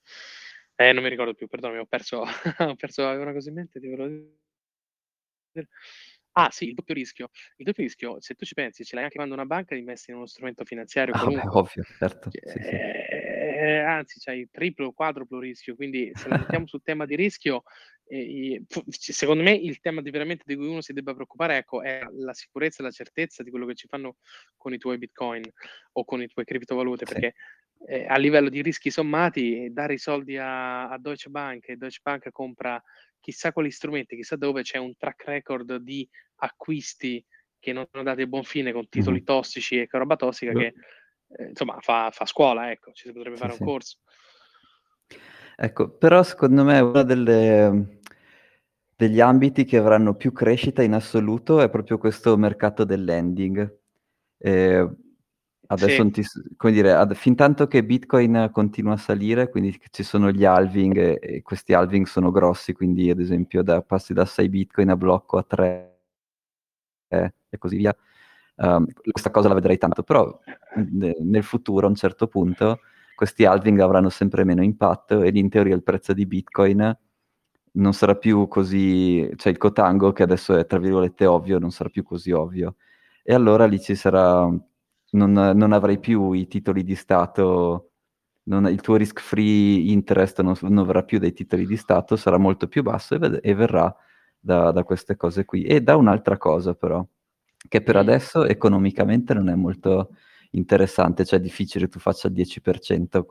Non mi ricordo più, perdonami, ho perso, avevo una cosa in mente, ti volevo dire. Ah sì, il doppio rischio. Il doppio rischio, se tu ci pensi, ce l'hai anche quando una banca investe in uno strumento finanziario Ah beh, qualunque. ovvio, certo, sì, sì. Anzi, c'hai triplo, quadruplo rischio, quindi se la mettiamo sul tema di rischio, secondo me il tema veramente di cui uno si debba preoccupare, ecco, è la sicurezza e la certezza di quello che ci fanno con i tuoi bitcoin o con i tuoi criptovalute, Sì. perché a livello di rischi sommati, dare i soldi a Deutsche Bank e Deutsche Bank compra chissà quali strumenti, chissà dove c'è un track record di acquisti che non sono andati a buon fine con titoli Mhm. tossici e roba tossica che insomma fa scuola, ecco, ci si potrebbe Sì, fare un sì. corso. Ecco, però secondo me uno degli ambiti che avranno più crescita in assoluto è proprio questo mercato del lending. Eh, adesso, Sì, come dire, fin tanto che Bitcoin continua a salire, quindi ci sono gli halving e questi halving sono grossi, quindi ad esempio passi da 6 Bitcoin a blocco a 3 e così via. Questa cosa la vedrei tanto, però nel futuro a un certo punto questi halving avranno sempre meno impatto ed in teoria il prezzo di Bitcoin non sarà più così, cioè il cotango che adesso è tra virgolette ovvio, non sarà più così ovvio. E allora lì ci sarà, non avrai più i titoli di Stato, il tuo risk-free interest non verrà più dai titoli di Stato, sarà molto più basso e verrà da queste cose qui. E da un'altra cosa però, che per mm, adesso economicamente non è molto interessante, cioè è difficile tu faccia il 10%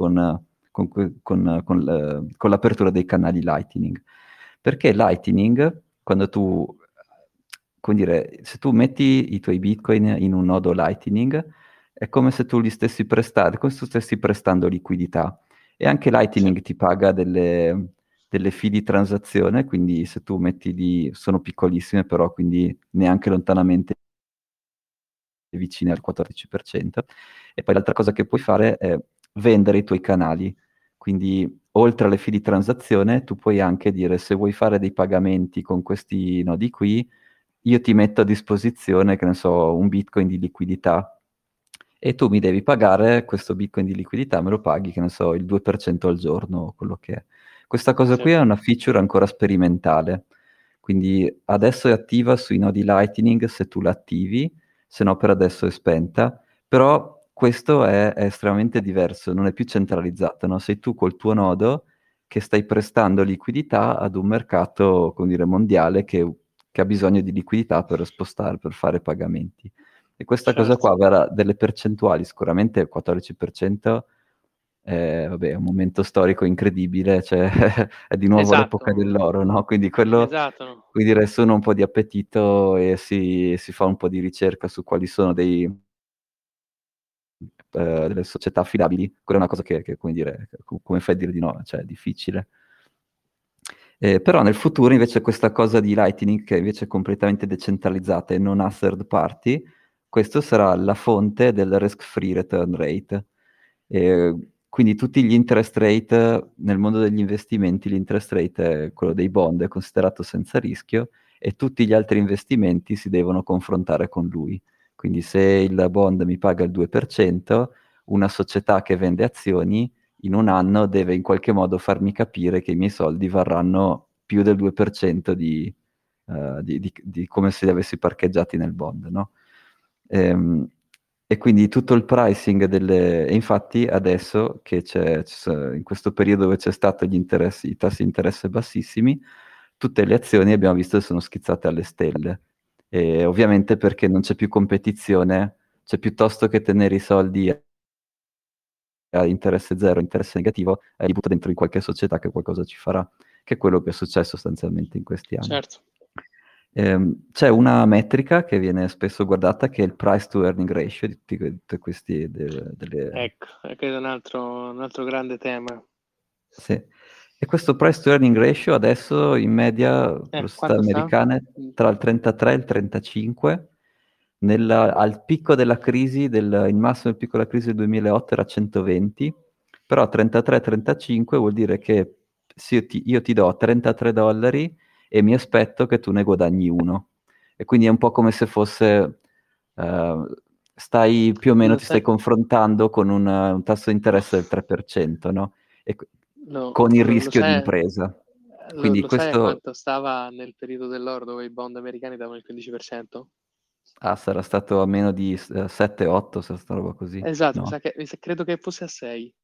con l'apertura dei canali Lightning. Perché Lightning, quando tu, come dire, se tu metti i tuoi Bitcoin in un nodo Lightning, è come se tu li stessi prestando, come se tu stessi prestando liquidità. E anche sì, Lightning ti paga delle fee di transazione, quindi se tu metti lì, sono piccolissime però, quindi neanche lontanamente vicine al 14%. E poi l'altra cosa che puoi fare è vendere i tuoi canali. Quindi, oltre alle fee di transazione, tu puoi anche dire se vuoi fare dei pagamenti con questi nodi qui, io ti metto a disposizione, che ne so, un Bitcoin di liquidità e tu mi devi pagare questo Bitcoin di liquidità, me lo paghi, che ne so, il 2% al giorno, o quello che è. Questa cosa sì, qui è una feature ancora sperimentale, quindi adesso è attiva sui nodi Lightning se tu l'attivi, se no per adesso è spenta, però questo è estremamente diverso, non è più centralizzato, no? Sei tu col tuo nodo che stai prestando liquidità ad un mercato, come dire, mondiale che ha bisogno di liquidità per spostare, per fare pagamenti. E questa cosa certo, qua avrà delle percentuali, sicuramente il 14%, vabbè, è un momento storico incredibile, cioè è di nuovo l'epoca esatto, dell'oro, no? Quindi quello, esatto, no? vuol dire, se uno ha un po' di appetito e si fa un po' di ricerca su quali sono delle società affidabili, quella è una cosa come dire, come fai a dire di no? Cioè è difficile. Però nel futuro invece questa cosa di Lightning, che invece è completamente decentralizzata e non ha third party, questo sarà la fonte del risk-free return rate. Quindi tutti gli interest rate, nel mondo degli investimenti, l'interest rate è quello dei bond, è considerato senza rischio e tutti gli altri investimenti si devono confrontare con lui. Quindi se il bond mi paga il 2%, una società che vende azioni in un anno deve in qualche modo farmi capire che i miei soldi varranno più del 2% di come se li avessi parcheggiati nel bond, no? Ehm, e quindi tutto il pricing e infatti adesso che in questo periodo dove c'è stato i tassi di interesse bassissimi, tutte le azioni abbiamo visto che sono schizzate alle stelle. E ovviamente perché non c'è più competizione, cioè piuttosto che tenere i soldi a interesse zero, interesse negativo, li butta dentro in qualche società che qualcosa ci farà, che è quello che è successo sostanzialmente in questi anni. Certo. C'è una metrica che viene spesso guardata che è il price to earning ratio di tutti questi Ecco, questo è un altro grande tema. sì. E questo price to earning ratio adesso in media per le società Quanto sta? americane Mm, tra il 33 e il 35. Al picco della crisi, il massimo del picco della crisi del 2008 era 120, però 33-35 vuol dire che se io ti do 33 dollari e mi aspetto che tu ne guadagni uno. E quindi è un po' come se fosse, eh, stai più o meno, Lo ti stai sai? confrontando con un tasso di interesse del 3%, no? E, con il lo rischio sai, d'impresa. Quindi lo sai a questo quanto stava nel periodo dell'oro dove i bond americani davano il 15%? sarà stato a meno di 7-8, se sta roba così, Esatto, no? credo che fosse a 6.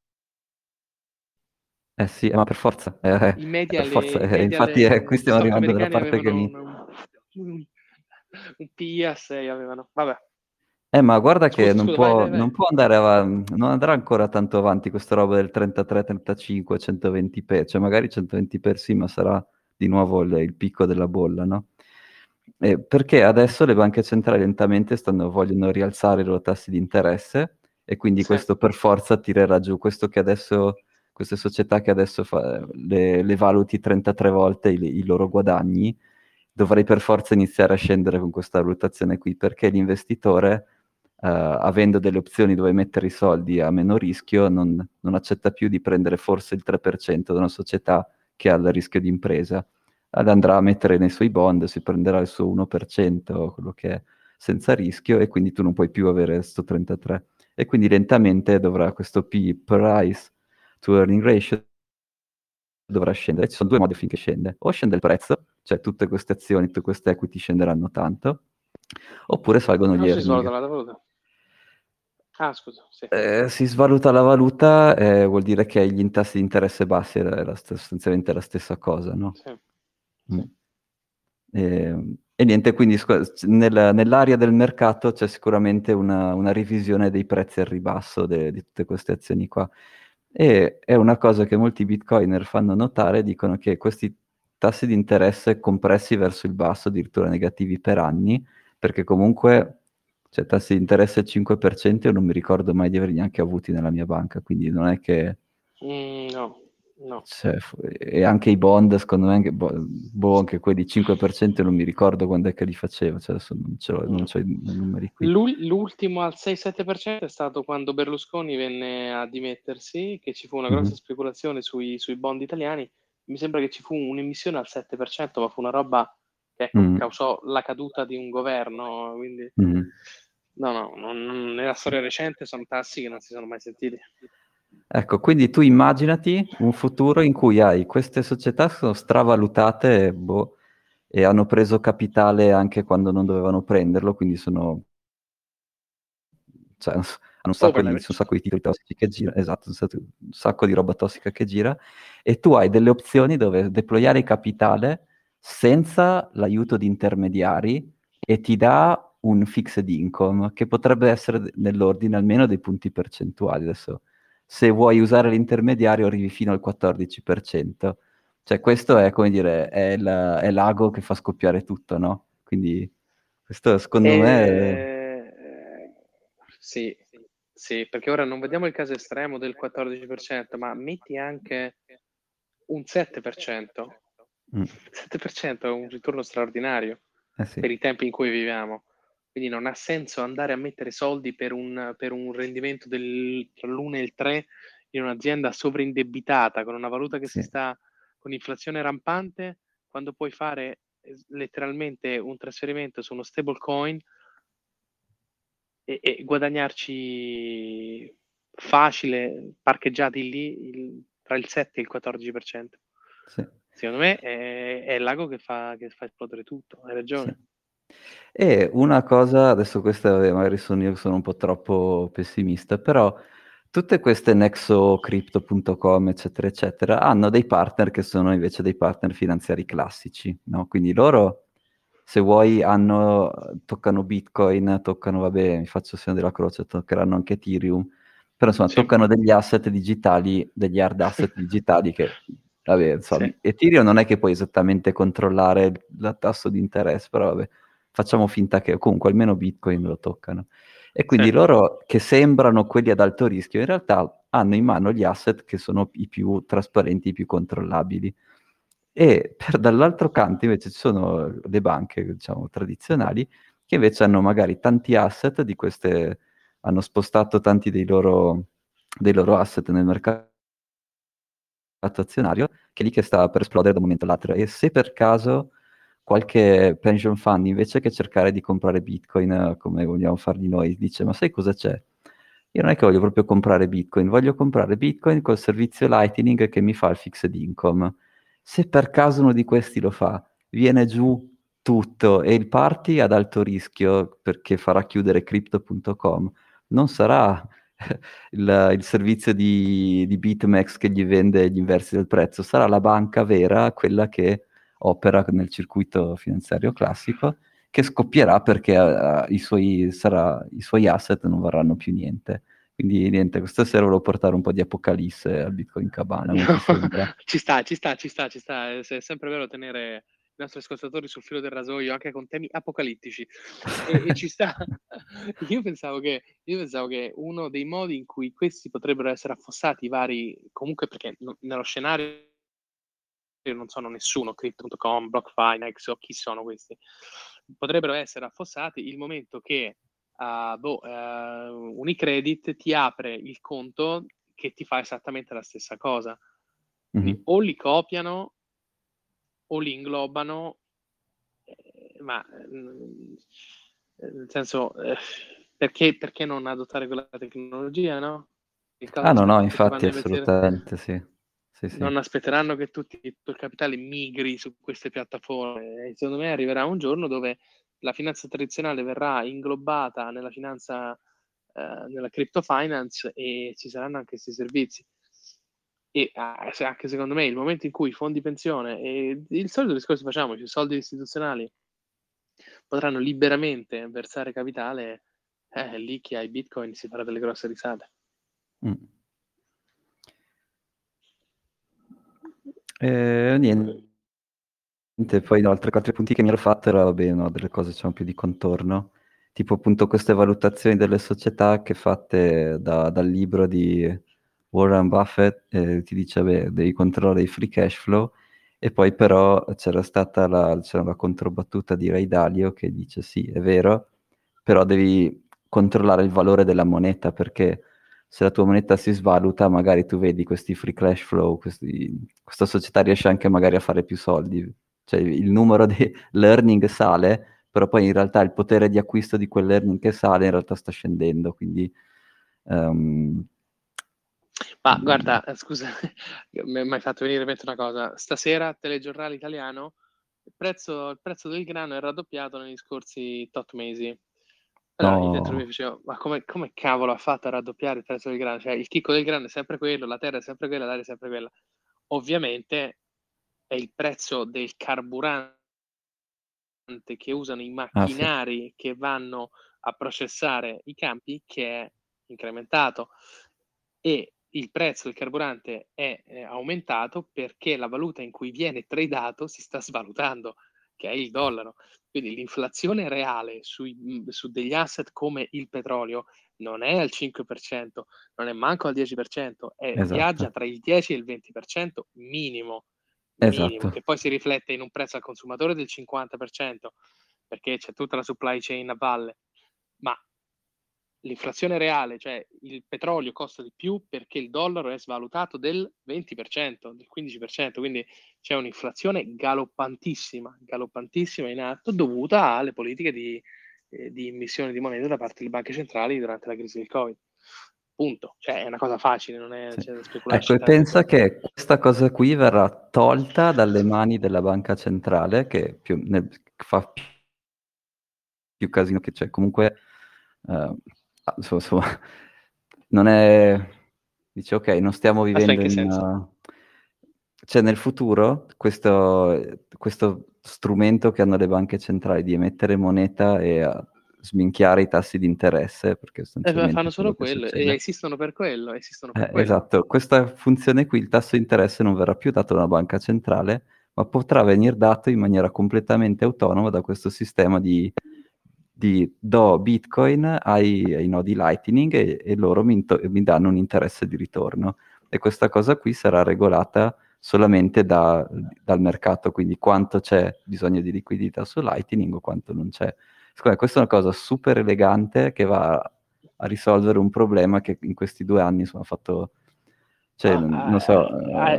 Eh sì, ma per forza, In media, per forza, in media infatti qui gli stiamo stock arrivando dalla americani parte che avevano mi... un PE a 6 avevano. Vabbè, Ma guarda che scusa, non scusa, vai, può, vai, non vai. può andare non andrà ancora tanto avanti questa roba del 33, 35, 120p, cioè magari 120p sì, ma sarà di nuovo il picco della bolla, no? Perché adesso le banche centrali lentamente vogliono rialzare i loro tassi di interesse e quindi Sì. questo per forza tirerà giù questo che adesso, queste società che adesso le valuti 33 volte i loro guadagni, dovrei per forza iniziare a scendere con questa valutazione qui, perché l'investitore, avendo delle opzioni dove mettere i soldi a meno rischio, non accetta più di prendere forse il 3% da una società che ha il rischio di impresa. Andrà a mettere nei suoi bond, si prenderà il suo 1%, quello che è senza rischio, e quindi tu non puoi più avere questo 33. E quindi lentamente dovrà questo price to earning ratio dovrà scendere. Ci sono due modi finché scende. O scende il prezzo, cioè tutte queste azioni, tutte queste equity scenderanno tanto, oppure salgono gli Non si svaluta earning. la valuta. Ah, scusa, sì. Si svaluta la valuta, vuol dire che hai gli tassi di interesse bassi, sostanzialmente la stessa cosa, no? Sì, Mm. sì. E niente, quindi nell'area del mercato c'è sicuramente una revisione dei prezzi al ribasso di tutte queste azioni qua. E è una cosa che molti bitcoiner fanno notare, dicono che questi tassi di interesse compressi verso il basso, addirittura negativi per anni, perché comunque, cioè, tassi di interesse al 5% io non mi ricordo mai di averli neanche avuti nella mia banca, quindi non è che... No, no. Cioè, e anche i bond, secondo me, anche quelli 5% non mi ricordo quando è che li facevo, cioè adesso non No. c'ho i numeri qui. L'ultimo al 6-7% è stato quando Berlusconi venne a dimettersi, che ci fu una grossa Mhm. speculazione sui bond italiani. Mi sembra che ci fu un'emissione al 7%, ma fu una roba che ecco, Mhm. causò la caduta di un governo. Quindi, Mhm. no, nella storia recente sono tassi che non si sono mai sentiti. Ecco, quindi tu immaginati un futuro in cui hai queste società che sono stravalutate, boh, e hanno preso capitale anche quando non dovevano prenderlo, quindi cioè, hanno un Over-leveraged. sacco di titoli tossici che gira, esatto, un sacco di roba tossica che gira, e tu hai delle opzioni dove deployare capitale senza l'aiuto di intermediari e ti dà un fixed income che potrebbe essere nell'ordine almeno dei punti percentuali. Adesso, se vuoi usare l'intermediario, arrivi fino al 14%. Cioè, questo è, come dire, è l'ago che fa scoppiare tutto, no? Quindi, questo secondo me... Eh, sì, sì, perché ora non vediamo il caso estremo del 14%, ma metti anche un 7%. Mm. Il 7% è un ritorno straordinario Eh sì, per i tempi in cui viviamo. Quindi non ha senso andare a mettere soldi per un rendimento tra l'1 e il 3 in un'azienda sovraindebitata, con una valuta che sì, si sta con inflazione rampante, quando puoi fare letteralmente un trasferimento su uno stablecoin e guadagnarci facile, parcheggiati lì tra il 7 e il 14%. sì, Secondo me è l'ago che fa esplodere tutto, hai sì. ragione. E una cosa, adesso questa magari sono io che sono un po' troppo pessimista, però tutte queste nexocrypto.com, eccetera, eccetera, hanno dei partner che sono invece dei partner finanziari classici, no? Quindi loro, se vuoi, toccano Bitcoin, toccano, vabbè, mi faccio il segno della croce, toccheranno anche Ethereum, però insomma Sì. toccano degli asset digitali, degli hard asset digitali che, vabbè, insomma, Sì, Ethereum non è che puoi esattamente controllare il tasso di interesse, però vabbè, facciamo finta che comunque almeno Bitcoin lo toccano. E sì. quindi loro che sembrano quelli ad alto rischio, in realtà hanno in mano gli asset che sono i più trasparenti, i più controllabili. E dall'altro canto invece ci sono le banche, diciamo, tradizionali, che invece hanno magari tanti asset di queste, hanno spostato tanti dei loro asset nel mercato azionario, che è lì che sta per esplodere da un momento all'altro. E se per caso qualche pension fund, invece che cercare di comprare Bitcoin come vogliamo farli noi, dice, ma sai cosa c'è? io non è che voglio proprio comprare Bitcoin, voglio comprare Bitcoin col servizio Lightning che mi fa il fixed income. Se per caso uno di questi lo fa, viene giù tutto e il party ad alto rischio perché farà chiudere crypto.com, non sarà il servizio di BitMEX che gli vende gli inversi del prezzo, sarà la banca vera, quella che opera nel circuito finanziario classico, che scoppierà perché i suoi asset non varranno più niente. Quindi niente, questa sera volevo portare un po' di apocalisse al Bitcoin Cabana, non ti sembra? Ci sta, ci sta, ci sta, ci sta. È sempre vero tenere i nostri ascoltatori sul filo del rasoio anche con temi apocalittici. E ci sta. Io pensavo che uno dei modi in cui questi potrebbero essere affossati, i vari, comunque perché nello scenario io non sono nessuno, Crypto.com, BlockFi, Nexo, chi sono questi? Potrebbero essere affossati il momento che Unicredit ti apre il conto che ti fa esattamente la stessa cosa. Quindi Mhm. o li copiano o li inglobano, ma nel senso, perché non adottare quella tecnologia, no? Che cosa Ah no, no, aspettano? Tutti infatti vanno a investire? assolutamente sì. Sì, sì. Non aspetteranno che tutto il capitale migri su queste piattaforme. E secondo me arriverà un giorno dove la finanza tradizionale verrà inglobata nella finanza, nella crypto finance e ci saranno anche questi servizi. E anche secondo me il momento in cui i fondi pensione e il solito discorso che facciamo, cioè i soldi istituzionali potranno liberamente versare capitale, lì chi ha i bitcoin si farà delle grosse risate. Mm. Niente, poi no, altri punti che mi ero fatto era, vabbè, no, delle cose diciamo più di contorno, tipo appunto queste valutazioni delle società che fatte dal libro di Warren Buffett, ti dice, beh, devi controllare i free cash flow, e poi però c'era la controbattuta di Ray Dalio che dice sì, è vero, però devi controllare il valore della moneta, perché se la tua moneta si svaluta, magari tu vedi questi free cash flow, questa società riesce anche magari a fare più soldi, cioè il numero di l'earning sale, però poi in realtà il potere di acquisto di quell'earning che sale in realtà sta scendendo, quindi ehm, Ma guarda, scusa, mi hai fatto venire in mente una cosa. Stasera, telegiornale italiano, il prezzo del grano è raddoppiato negli scorsi tot mesi. Allora io dentro mi no, facevo, ma come cavolo ha fatto a raddoppiare il prezzo del grano? Cioè il chicco del grano è sempre quello, la terra è sempre quella, l'aria è sempre quella. Ovviamente è il prezzo del carburante che usano i ah sì, macchinari che vanno a processare i campi che è incrementato e il prezzo del carburante è aumentato perché la valuta in cui viene tradato si sta svalutando, che è il dollaro. Quindi l'inflazione reale su degli asset come il petrolio non è al 5%, non è manco al 10%, viaggia esatto, tra il 10 e il 20% minimo, minimo, esatto, che poi si riflette in un prezzo al consumatore del 50%, perché c'è tutta la supply chain a valle, ma l'inflazione reale, cioè il petrolio costa di più perché il dollaro è svalutato del 20%, del 15%, quindi c'è un'inflazione galoppantissima in atto dovuta alle politiche di emissione di moneta da parte delle banche centrali durante la crisi del Covid. Punto. Cioè è una cosa facile, non sì. c'è da Ecco, specularci e tanto. pensa che questa cosa qui verrà tolta dalle mani della banca centrale, che fa più casino che c'è. Comunque, eh, insomma, non è... Dice, ok, non stiamo Aspetta, in vivendo che in... senso? cioè, nel futuro, questo strumento che hanno le banche centrali di emettere moneta e sminchiare i tassi di interesse, perché sostanzialmente Fanno è quello solo che quello e succede. esistono per quello, esistono per quello. Esatto, questa funzione qui, il tasso di interesse non verrà più dato da una banca centrale, ma potrà venire dato in maniera completamente autonoma da questo sistema di do Bitcoin ai nodi Lightning e loro mi danno un interesse di ritorno. E questa cosa qui sarà regolata solamente dal mercato, quindi quanto c'è bisogno di liquidità su Lightning o quanto non c'è. Secondo me questa è una cosa super elegante che va a risolvere un problema che in questi 2 anni insomma, ha fatto, cioè, Ah, non so,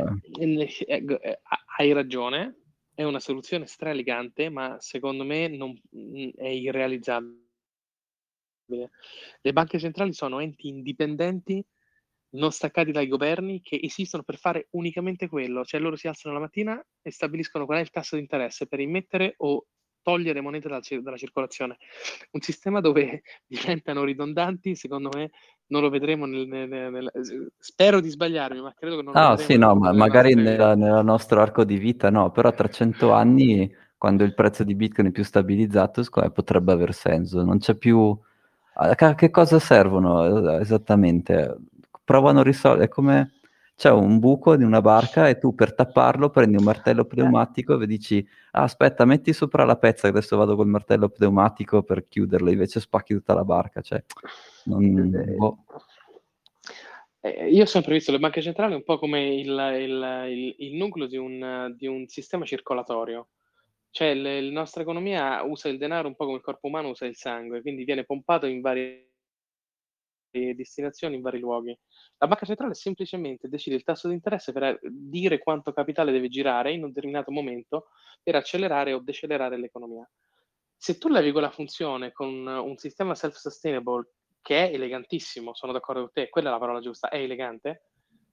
hai ragione, è una soluzione straelegante, ma secondo me è irrealizzabile. Le banche centrali sono enti indipendenti, non staccati dai governi, che esistono per fare unicamente quello. Cioè loro si alzano la mattina e stabiliscono qual è il tasso di interesse per immettere o togliere monete dalla circolazione. Un sistema dove diventano ridondanti, secondo me, non lo vedremo spero di sbagliarmi, ma credo che non lo Ah, vedremo sì, no, ma nelle magari nostre vite. nel nostro arco di vita no, però tra 100 anni, quando il prezzo di Bitcoin è più stabilizzato, secondo me potrebbe aver senso. Non c'è più... A che cosa servono esattamente? Provano a risolvere... È come... C'è un buco di una barca e tu per tapparlo prendi un martello pneumatico e dici, ah, aspetta, metti sopra la pezza, che adesso vado col martello pneumatico per chiuderlo, invece spacchi tutta la barca. Cioè, boh. Io ho sempre visto le banche centrali un po' come il nucleo di un sistema circolatorio. Cioè, la nostra economia usa il denaro un po' come il corpo umano usa il sangue, quindi viene pompato in varie destinazioni, in vari luoghi. La banca centrale semplicemente decide il tasso di interesse per dire quanto capitale deve girare in un determinato momento per accelerare o decelerare l'economia. Se tu levi quella funzione con un sistema self-sustainable che è elegantissimo, sono d'accordo con te, quella è la parola giusta, è elegante,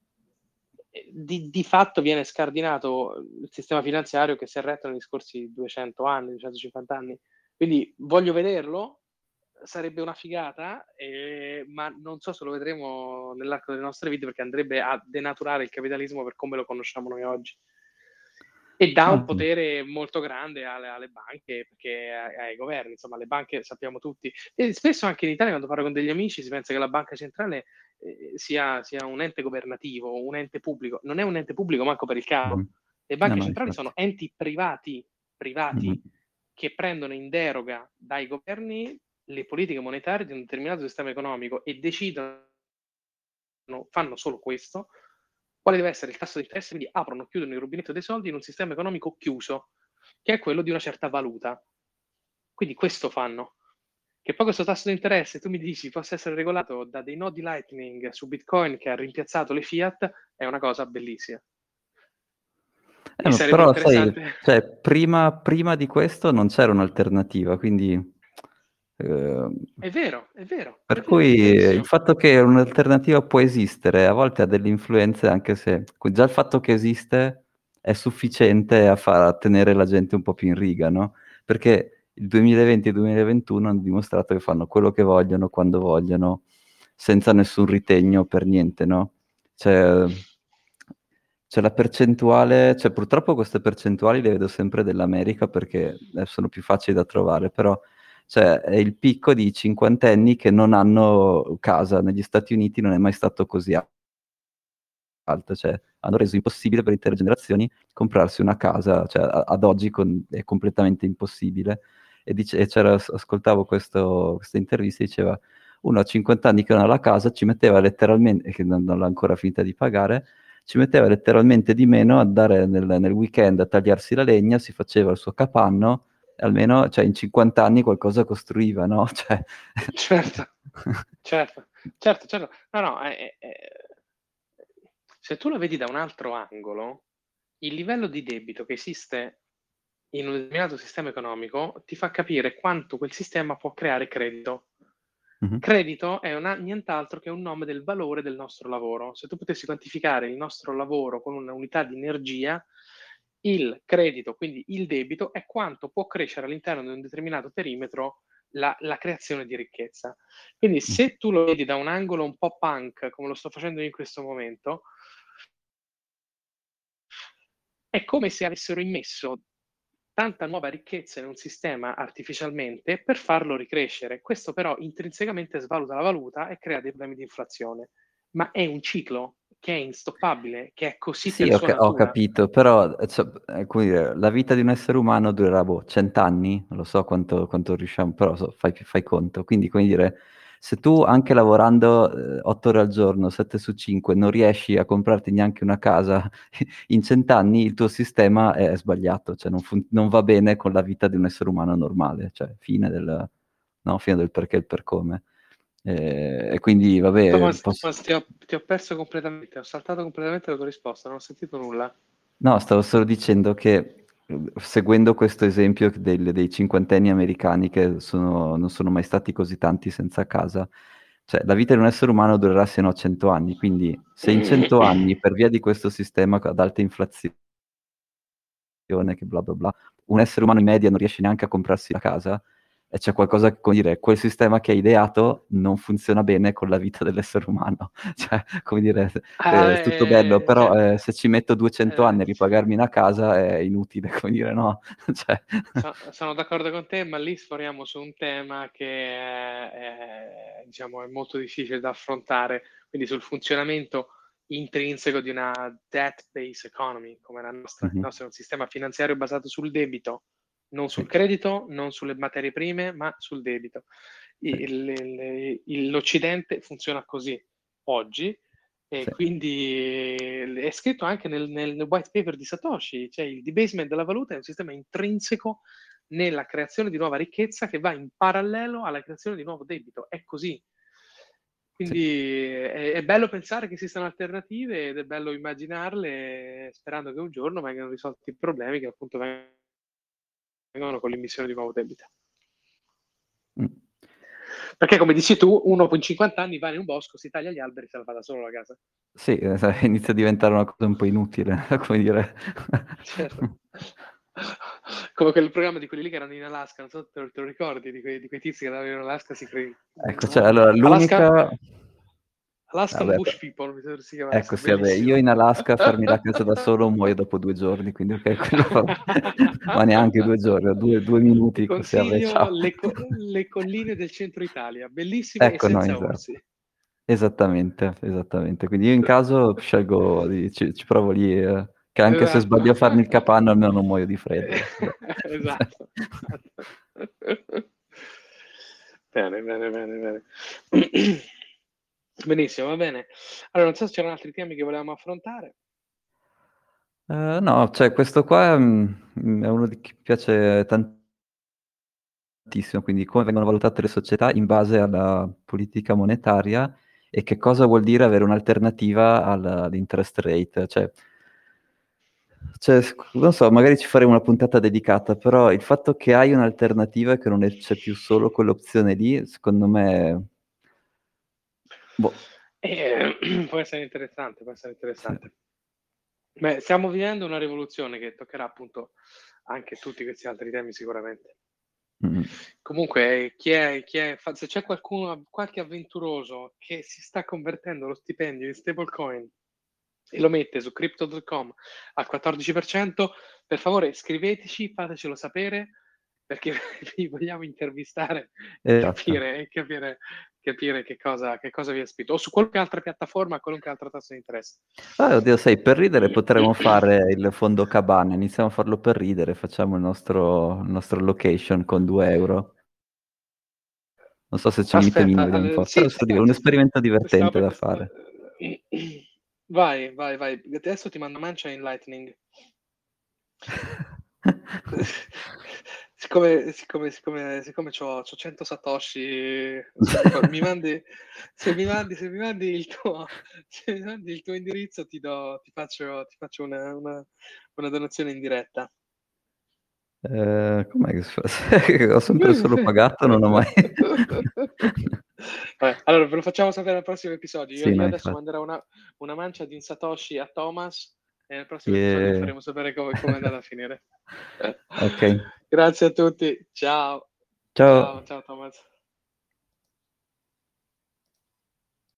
di fatto viene scardinato il sistema finanziario che si è retto negli scorsi 200 anni, 250 anni. Quindi voglio vederlo, sarebbe una figata, ma non so se lo vedremo nell'arco delle nostre vite perché andrebbe a denaturare il capitalismo per come lo conosciamo noi oggi. E dà un Ah, potere molto grande alle banche, perché ai governi, insomma, le banche sappiamo tutti. E spesso anche in Italia, quando parlo con degli amici, si pensa che la banca centrale sia un ente governativo, un ente pubblico. Non è un ente pubblico manco per il caso. mhm. Le No, banche no, centrali infatti. sono enti privati Mhm. che prendono in deroga dai governi le politiche monetarie di un determinato sistema economico e decidono, fanno solo questo, quale deve essere il tasso di interesse, quindi aprono, chiudono il rubinetto dei soldi in un sistema economico chiuso, che è quello di una certa valuta. Quindi questo fanno. Che poi questo tasso di interesse, tu mi dici, possa essere regolato da dei nodi Lightning su Bitcoin che ha rimpiazzato le fiat, è una cosa bellissima. E Ma sarebbe però, sai, interessante. cioè, prima di questo non c'era un'alternativa, quindi... eh, È vero, è vero, è per vero, cui il verissimo. fatto che un'alternativa può esistere, a volte ha delle influenze, anche se già il fatto che esiste è sufficiente a tenere la gente un po' più in riga, no? Perché il 2020 e il 2021 hanno dimostrato che fanno quello che vogliono, quando vogliono, senza nessun ritegno per niente, no? C'è, c'è la percentuale, cioè purtroppo queste percentuali le vedo sempre dell'America perché sono più facili da trovare, però cioè è il picco di cinquantenni che non hanno casa. Negli Stati Uniti non è mai stato così alto, cioè hanno reso impossibile per intere generazioni comprarsi una casa, cioè ad oggi è completamente impossibile. E ascoltavo questa intervista e diceva, uno a 50 anni che non ha la casa ci metteva letteralmente, che non l'ha ancora finita di pagare, ci metteva letteralmente di meno a andare nel weekend a tagliarsi la legna, si faceva il suo capanno, e almeno cioè, in 50 anni qualcosa costruiva, no? Cioè... Certo, certo, certo, certo. No, no, se tu la vedi da un altro angolo, il livello di debito che esiste in un determinato sistema economico ti fa capire quanto quel sistema può creare credito. Mhm. Credito è nient'altro che un nome del valore del nostro lavoro. Se tu potessi quantificare il nostro lavoro con un'unità di energia, il credito, quindi il debito, è quanto può crescere all'interno di un determinato perimetro la creazione di ricchezza. Quindi se tu lo vedi da un angolo un po' punk, come lo sto facendo in questo momento, è come se avessero immesso tanta nuova ricchezza in un sistema artificialmente per farlo ricrescere. Questo però intrinsecamente svaluta la valuta e crea dei problemi di inflazione. Ma è un ciclo che è instoppabile, che è così Sì, per sua ho natura. capito, però cioè, come dire, la vita di un essere umano durerà 100 anni, non lo so quanto riusciamo, però fai conto. Quindi, come dire, se tu anche lavorando 8 ore al giorno, 7 su 5, non riesci a comprarti neanche una casa in 100 anni, il tuo sistema è sbagliato, cioè non va bene con la vita di un essere umano normale, cioè fine del perché e il per come. E quindi, vabbè, Thomas, ti ho perso completamente, ho saltato completamente la tua risposta, non ho sentito nulla. No, stavo solo dicendo che seguendo questo esempio dei cinquantenni americani che non sono mai stati così tanti senza casa, cioè la vita di un essere umano durerà se no 100 anni, quindi se in 100 anni, per via di questo sistema ad alta inflazione, che bla bla bla, un essere umano in media non riesce neanche a comprarsi la casa, e c'è qualcosa che, come dire, quel sistema che hai ideato non funziona bene con la vita dell'essere umano. Cioè, come dire, è tutto bello, però Cioè, se ci metto 200 anni a cioè, ripagarmi una casa è inutile, come dire, no? Cioè, sono d'accordo con te, ma lì sforiamo su un tema che diciamo, è molto difficile da affrontare, quindi sul funzionamento intrinseco di una debt-based economy, come la nostra. Il mhm, nostro è un sistema finanziario basato sul debito, non sì, sul credito, non sulle materie prime, ma sul debito. sì, L'Occidente funziona così oggi, e sì, quindi è scritto anche nel white paper di Satoshi, cioè il debasement della valuta è un sistema intrinseco nella creazione di nuova ricchezza che va in parallelo alla creazione di nuovo debito. È così. sì. Quindi è bello pensare che esistano alternative ed è bello immaginarle, sperando che un giorno vengano risolti i problemi che appunto vengono con l'immissione di nuovo debito. Mm. Perché come dici tu, uno con 50 anni va in un bosco, si taglia gli alberi e se la fa da solo la casa. Sì, inizia a diventare una cosa un po' inutile, come dire. Certo. Come quel programma di quelli lì che erano in Alaska, non so se te lo ricordi, di quei tizi che andavano in Alaska, Ecco, cioè, allora, Alaska, l'unica... Alaskan Vabbè, Bush People, mi sembra si ecco, chiamasse, sì, vabbè, io bellissimo. in Alaska a farmi la casa da solo muoio dopo 2 giorni, quindi ok, quello fa... ma neanche 2 giorni, 2 minuti, Ti così, vabbè, consiglio ciao. le colline del centro Italia, bellissime e Ecco, no, senza esatto. orsi. Esattamente, esattamente. Quindi io in caso scelgo, ci provo lì, che anche se Esatto. sbaglio a farmi il capanno almeno non muoio di freddo. Esatto. Bene, bene, bene, bene. Benissimo, va bene. Allora, non so se c'erano altri temi che volevamo affrontare. No, cioè questo qua è uno che mi piace tantissimo, quindi come vengono valutate le società in base alla politica monetaria e che cosa vuol dire avere un'alternativa all'interest rate. Cioè, non so, magari ci faremo una puntata dedicata, però il fatto che hai un'alternativa e che non c'è più solo quell'opzione lì, secondo me, boh, Può essere interessante, può essere sì. interessante. Beh, stiamo vivendo una rivoluzione che toccherà appunto anche tutti questi altri temi sicuramente. Mm. Comunque, se c'è qualcuno, qualche avventuroso che si sta convertendo lo stipendio in stablecoin e lo mette su crypto.com al 14%, per favore scriveteci, fatecelo sapere, perché vi vogliamo intervistare e Esatto. capire che cosa vi ha spinto, o su qualche altra piattaforma, qualunque altra tasso di interesse. Ah, oddio, sai, per ridere potremmo fare il fondo cabana, iniziamo a farlo per ridere, facciamo il nostro location con 2 euro. Non so se c'è un mite minimo Aspetta, di import, sì, però sì, un sì, esperimento stavo divertente da per... fare. Vai, vai, vai. Adesso ti mando mancia in Lightning. Siccome c'ho 100 Satoshi, se mi mandi il tuo indirizzo, ti faccio una donazione in diretta. Com'è che si fa? Ho sempre solo pagato, non ho mai... Vabbè, allora ve lo facciamo sapere al prossimo episodio. Io, Sì, io no, adesso infatti. manderò una mancia di un Satoshi a Thomas e nel prossimo episodio vi E- faremo sapere come è andata a finire. Ok, Grazie a tutti, ciao. ciao. Ciao, ciao Thomas.